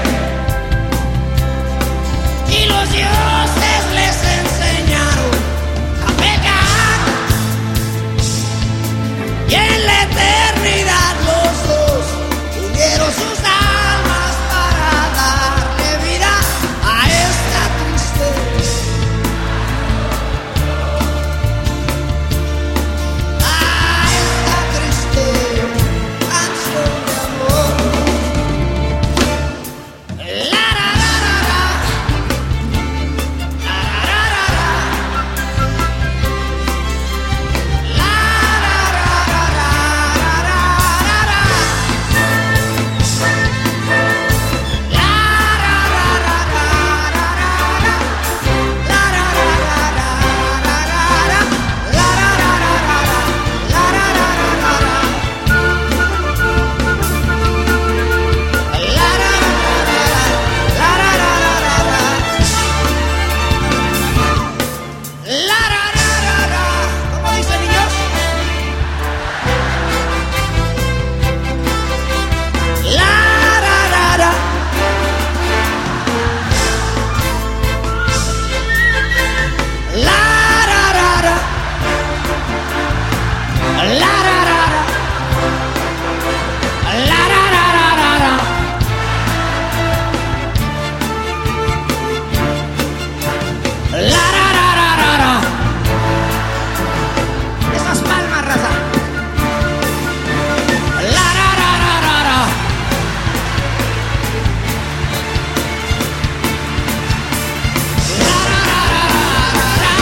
[SPEAKER 17] y los dioses les enseñaron a pecar, y en la eternidad los dos unieron sus almas para darle vida a esta tristeza, a esta triste canción de amor. La ra ra ra ra, la ra ra ra ra, la ra ra ra ra ra ra ra ra, la ra ra ra ra ra ra ra, la ra ra ra ra ra ra ra, la ra ra ra ra ra, la ra ra ra ra ra, ¿cómo dicen, niños? La ra ra ra, la ra ra ra, la ra ra ra, la ra ra ra ra ra. La ra ra ra ra ra. Esas palmas, raza. La ra ra ra ra ra. La ra ra ra ra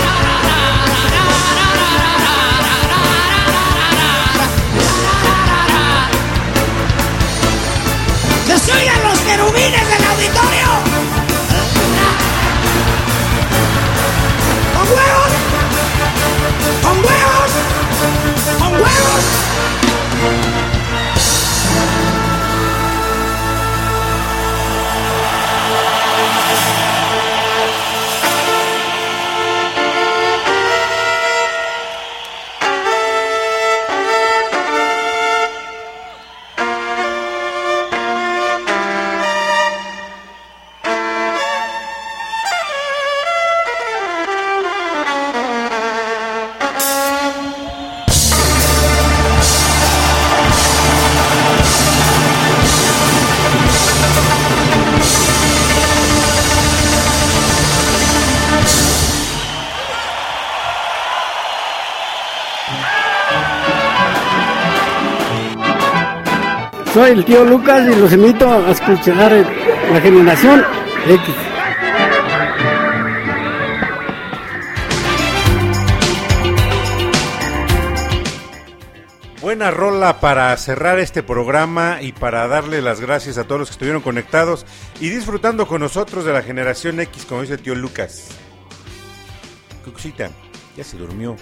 [SPEAKER 17] ra. Que se oigan los querubines del auditorio. ¡Con huevos! ¡Con huevos! ¡Con huevos!
[SPEAKER 6] Soy el tío Lucas y los invito a escuchar la Generación X.
[SPEAKER 5] Buena rola para cerrar este programa y para darle las gracias a todos los que estuvieron conectados y disfrutando con nosotros de la Generación X, como dice el tío Lucas. Cucucita, ya se durmió.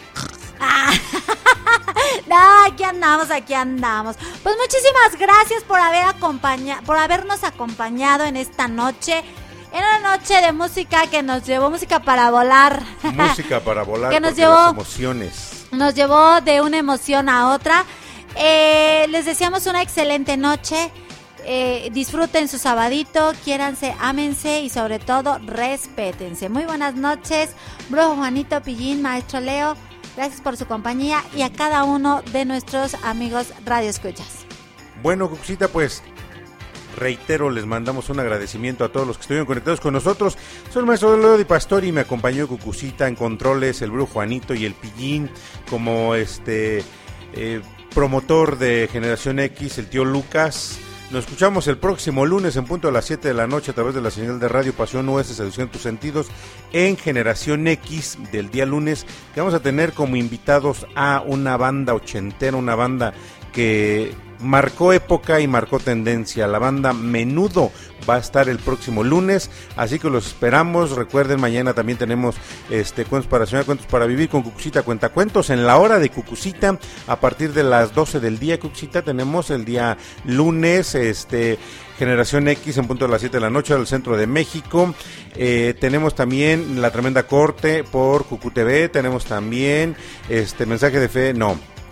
[SPEAKER 4] No, aquí andamos. Pues muchísimas gracias por habernos acompañado en esta noche. En una noche de música que nos llevó, música para volar.
[SPEAKER 5] Música para volar,
[SPEAKER 4] que nos
[SPEAKER 5] porque
[SPEAKER 4] llevó,
[SPEAKER 5] las emociones.
[SPEAKER 4] Nos llevó de una emoción a otra. Les deseamos una excelente noche. Disfruten su sabadito, quiéranse, ámense y sobre todo respétense. Muy buenas noches, Brujo Juanito, Pillín, Maestro Leo. Gracias por su compañía y a cada uno de nuestros amigos radioescuchas.
[SPEAKER 5] Bueno, Cucucita, pues reitero, les mandamos un agradecimiento a todos los que estuvieron conectados con nosotros. Soy el Maestro Leo Di Pastori y me acompañó Cucucita en controles, el Brujo Juanito y el Pillín como promotor de Generación X, el tío Lucas. Nos escuchamos el próximo lunes en punto de las 7 de la noche a través de la señal de Radio Pasión US, Seducción tus sentidos, en Generación X del día lunes, que vamos a tener como invitados a una banda ochentera, una banda que marcó época y marcó tendencia. La banda Menudo va a estar el próximo lunes, así que los esperamos. Recuerden, mañana también tenemos cuentos para soñar, cuentos para vivir con Cucucita Cuentacuentos en la hora de Cucucita a partir de las 12 del día. Cucucita, tenemos el día lunes Generación X en punto de las 7 de la noche al centro de México. Tenemos también La Tremenda Corte por Cucu TV. Tenemos también Mensaje de Fe,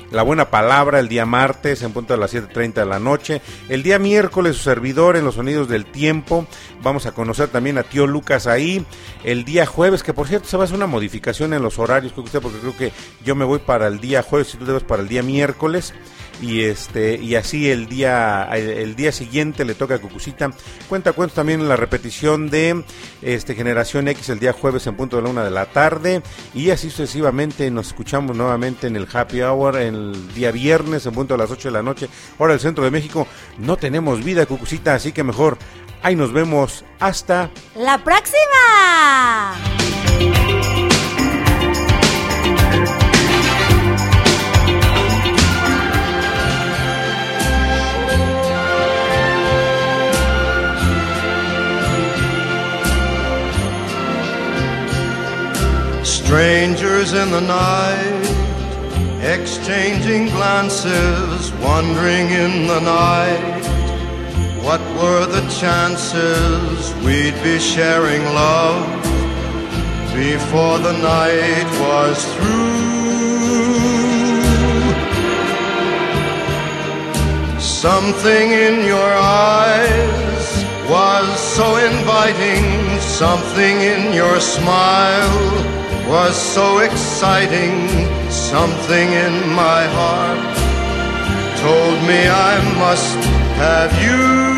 [SPEAKER 5] La Buena Palabra el día martes en punto de las 7:30 de la noche. El día miércoles su servidor en los Sonidos del Tiempo. Vamos a conocer también a Tío Lucas ahí. El día jueves, que por cierto se va a hacer una modificación en los horarios, porque creo que yo me voy para el día jueves y tú te vas para el día miércoles. Y así el día siguiente le toca a Cucucita. Cuenta cuentos también en la repetición de Generación X el día jueves en punto de la 1 de la tarde, y así sucesivamente. Nos escuchamos nuevamente en el Happy Hour el día viernes en punto de las 8 de la noche, hora del Centro de México. No tenemos vida, Cucucita, así que mejor ahí nos vemos. Hasta
[SPEAKER 4] la próxima.
[SPEAKER 3] Strangers in the night, exchanging glances, wandering in the night. What were the chances we'd be sharing love before the night was through? Something in your eyes was so inviting, something in your smile was so exciting, something in my heart told me I must have you.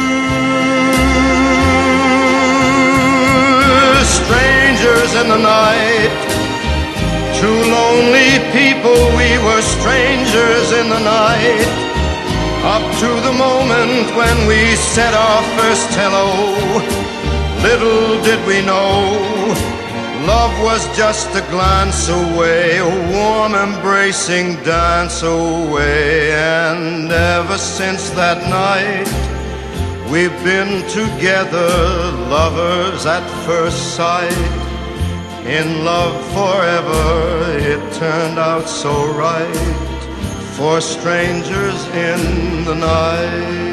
[SPEAKER 3] Strangers in the night, two lonely people, we were strangers in the night, up to the moment when we said our first hello. Little did we know, love was just a glance away, a warm embracing dance away. And ever since that night, we've been together, lovers at first sight. In love forever, it turned out so right, for strangers in the night.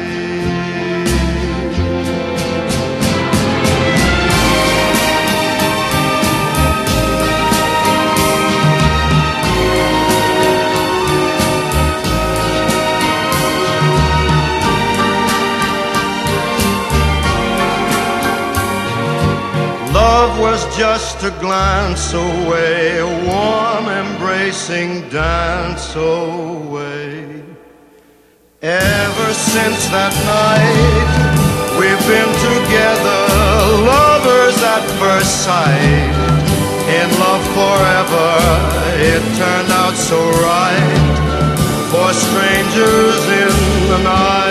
[SPEAKER 3] Love was just a glance away, a warm embracing dance away. Ever since that night, we've been together, lovers at first sight. In love forever, it turned out so right, for strangers in the night.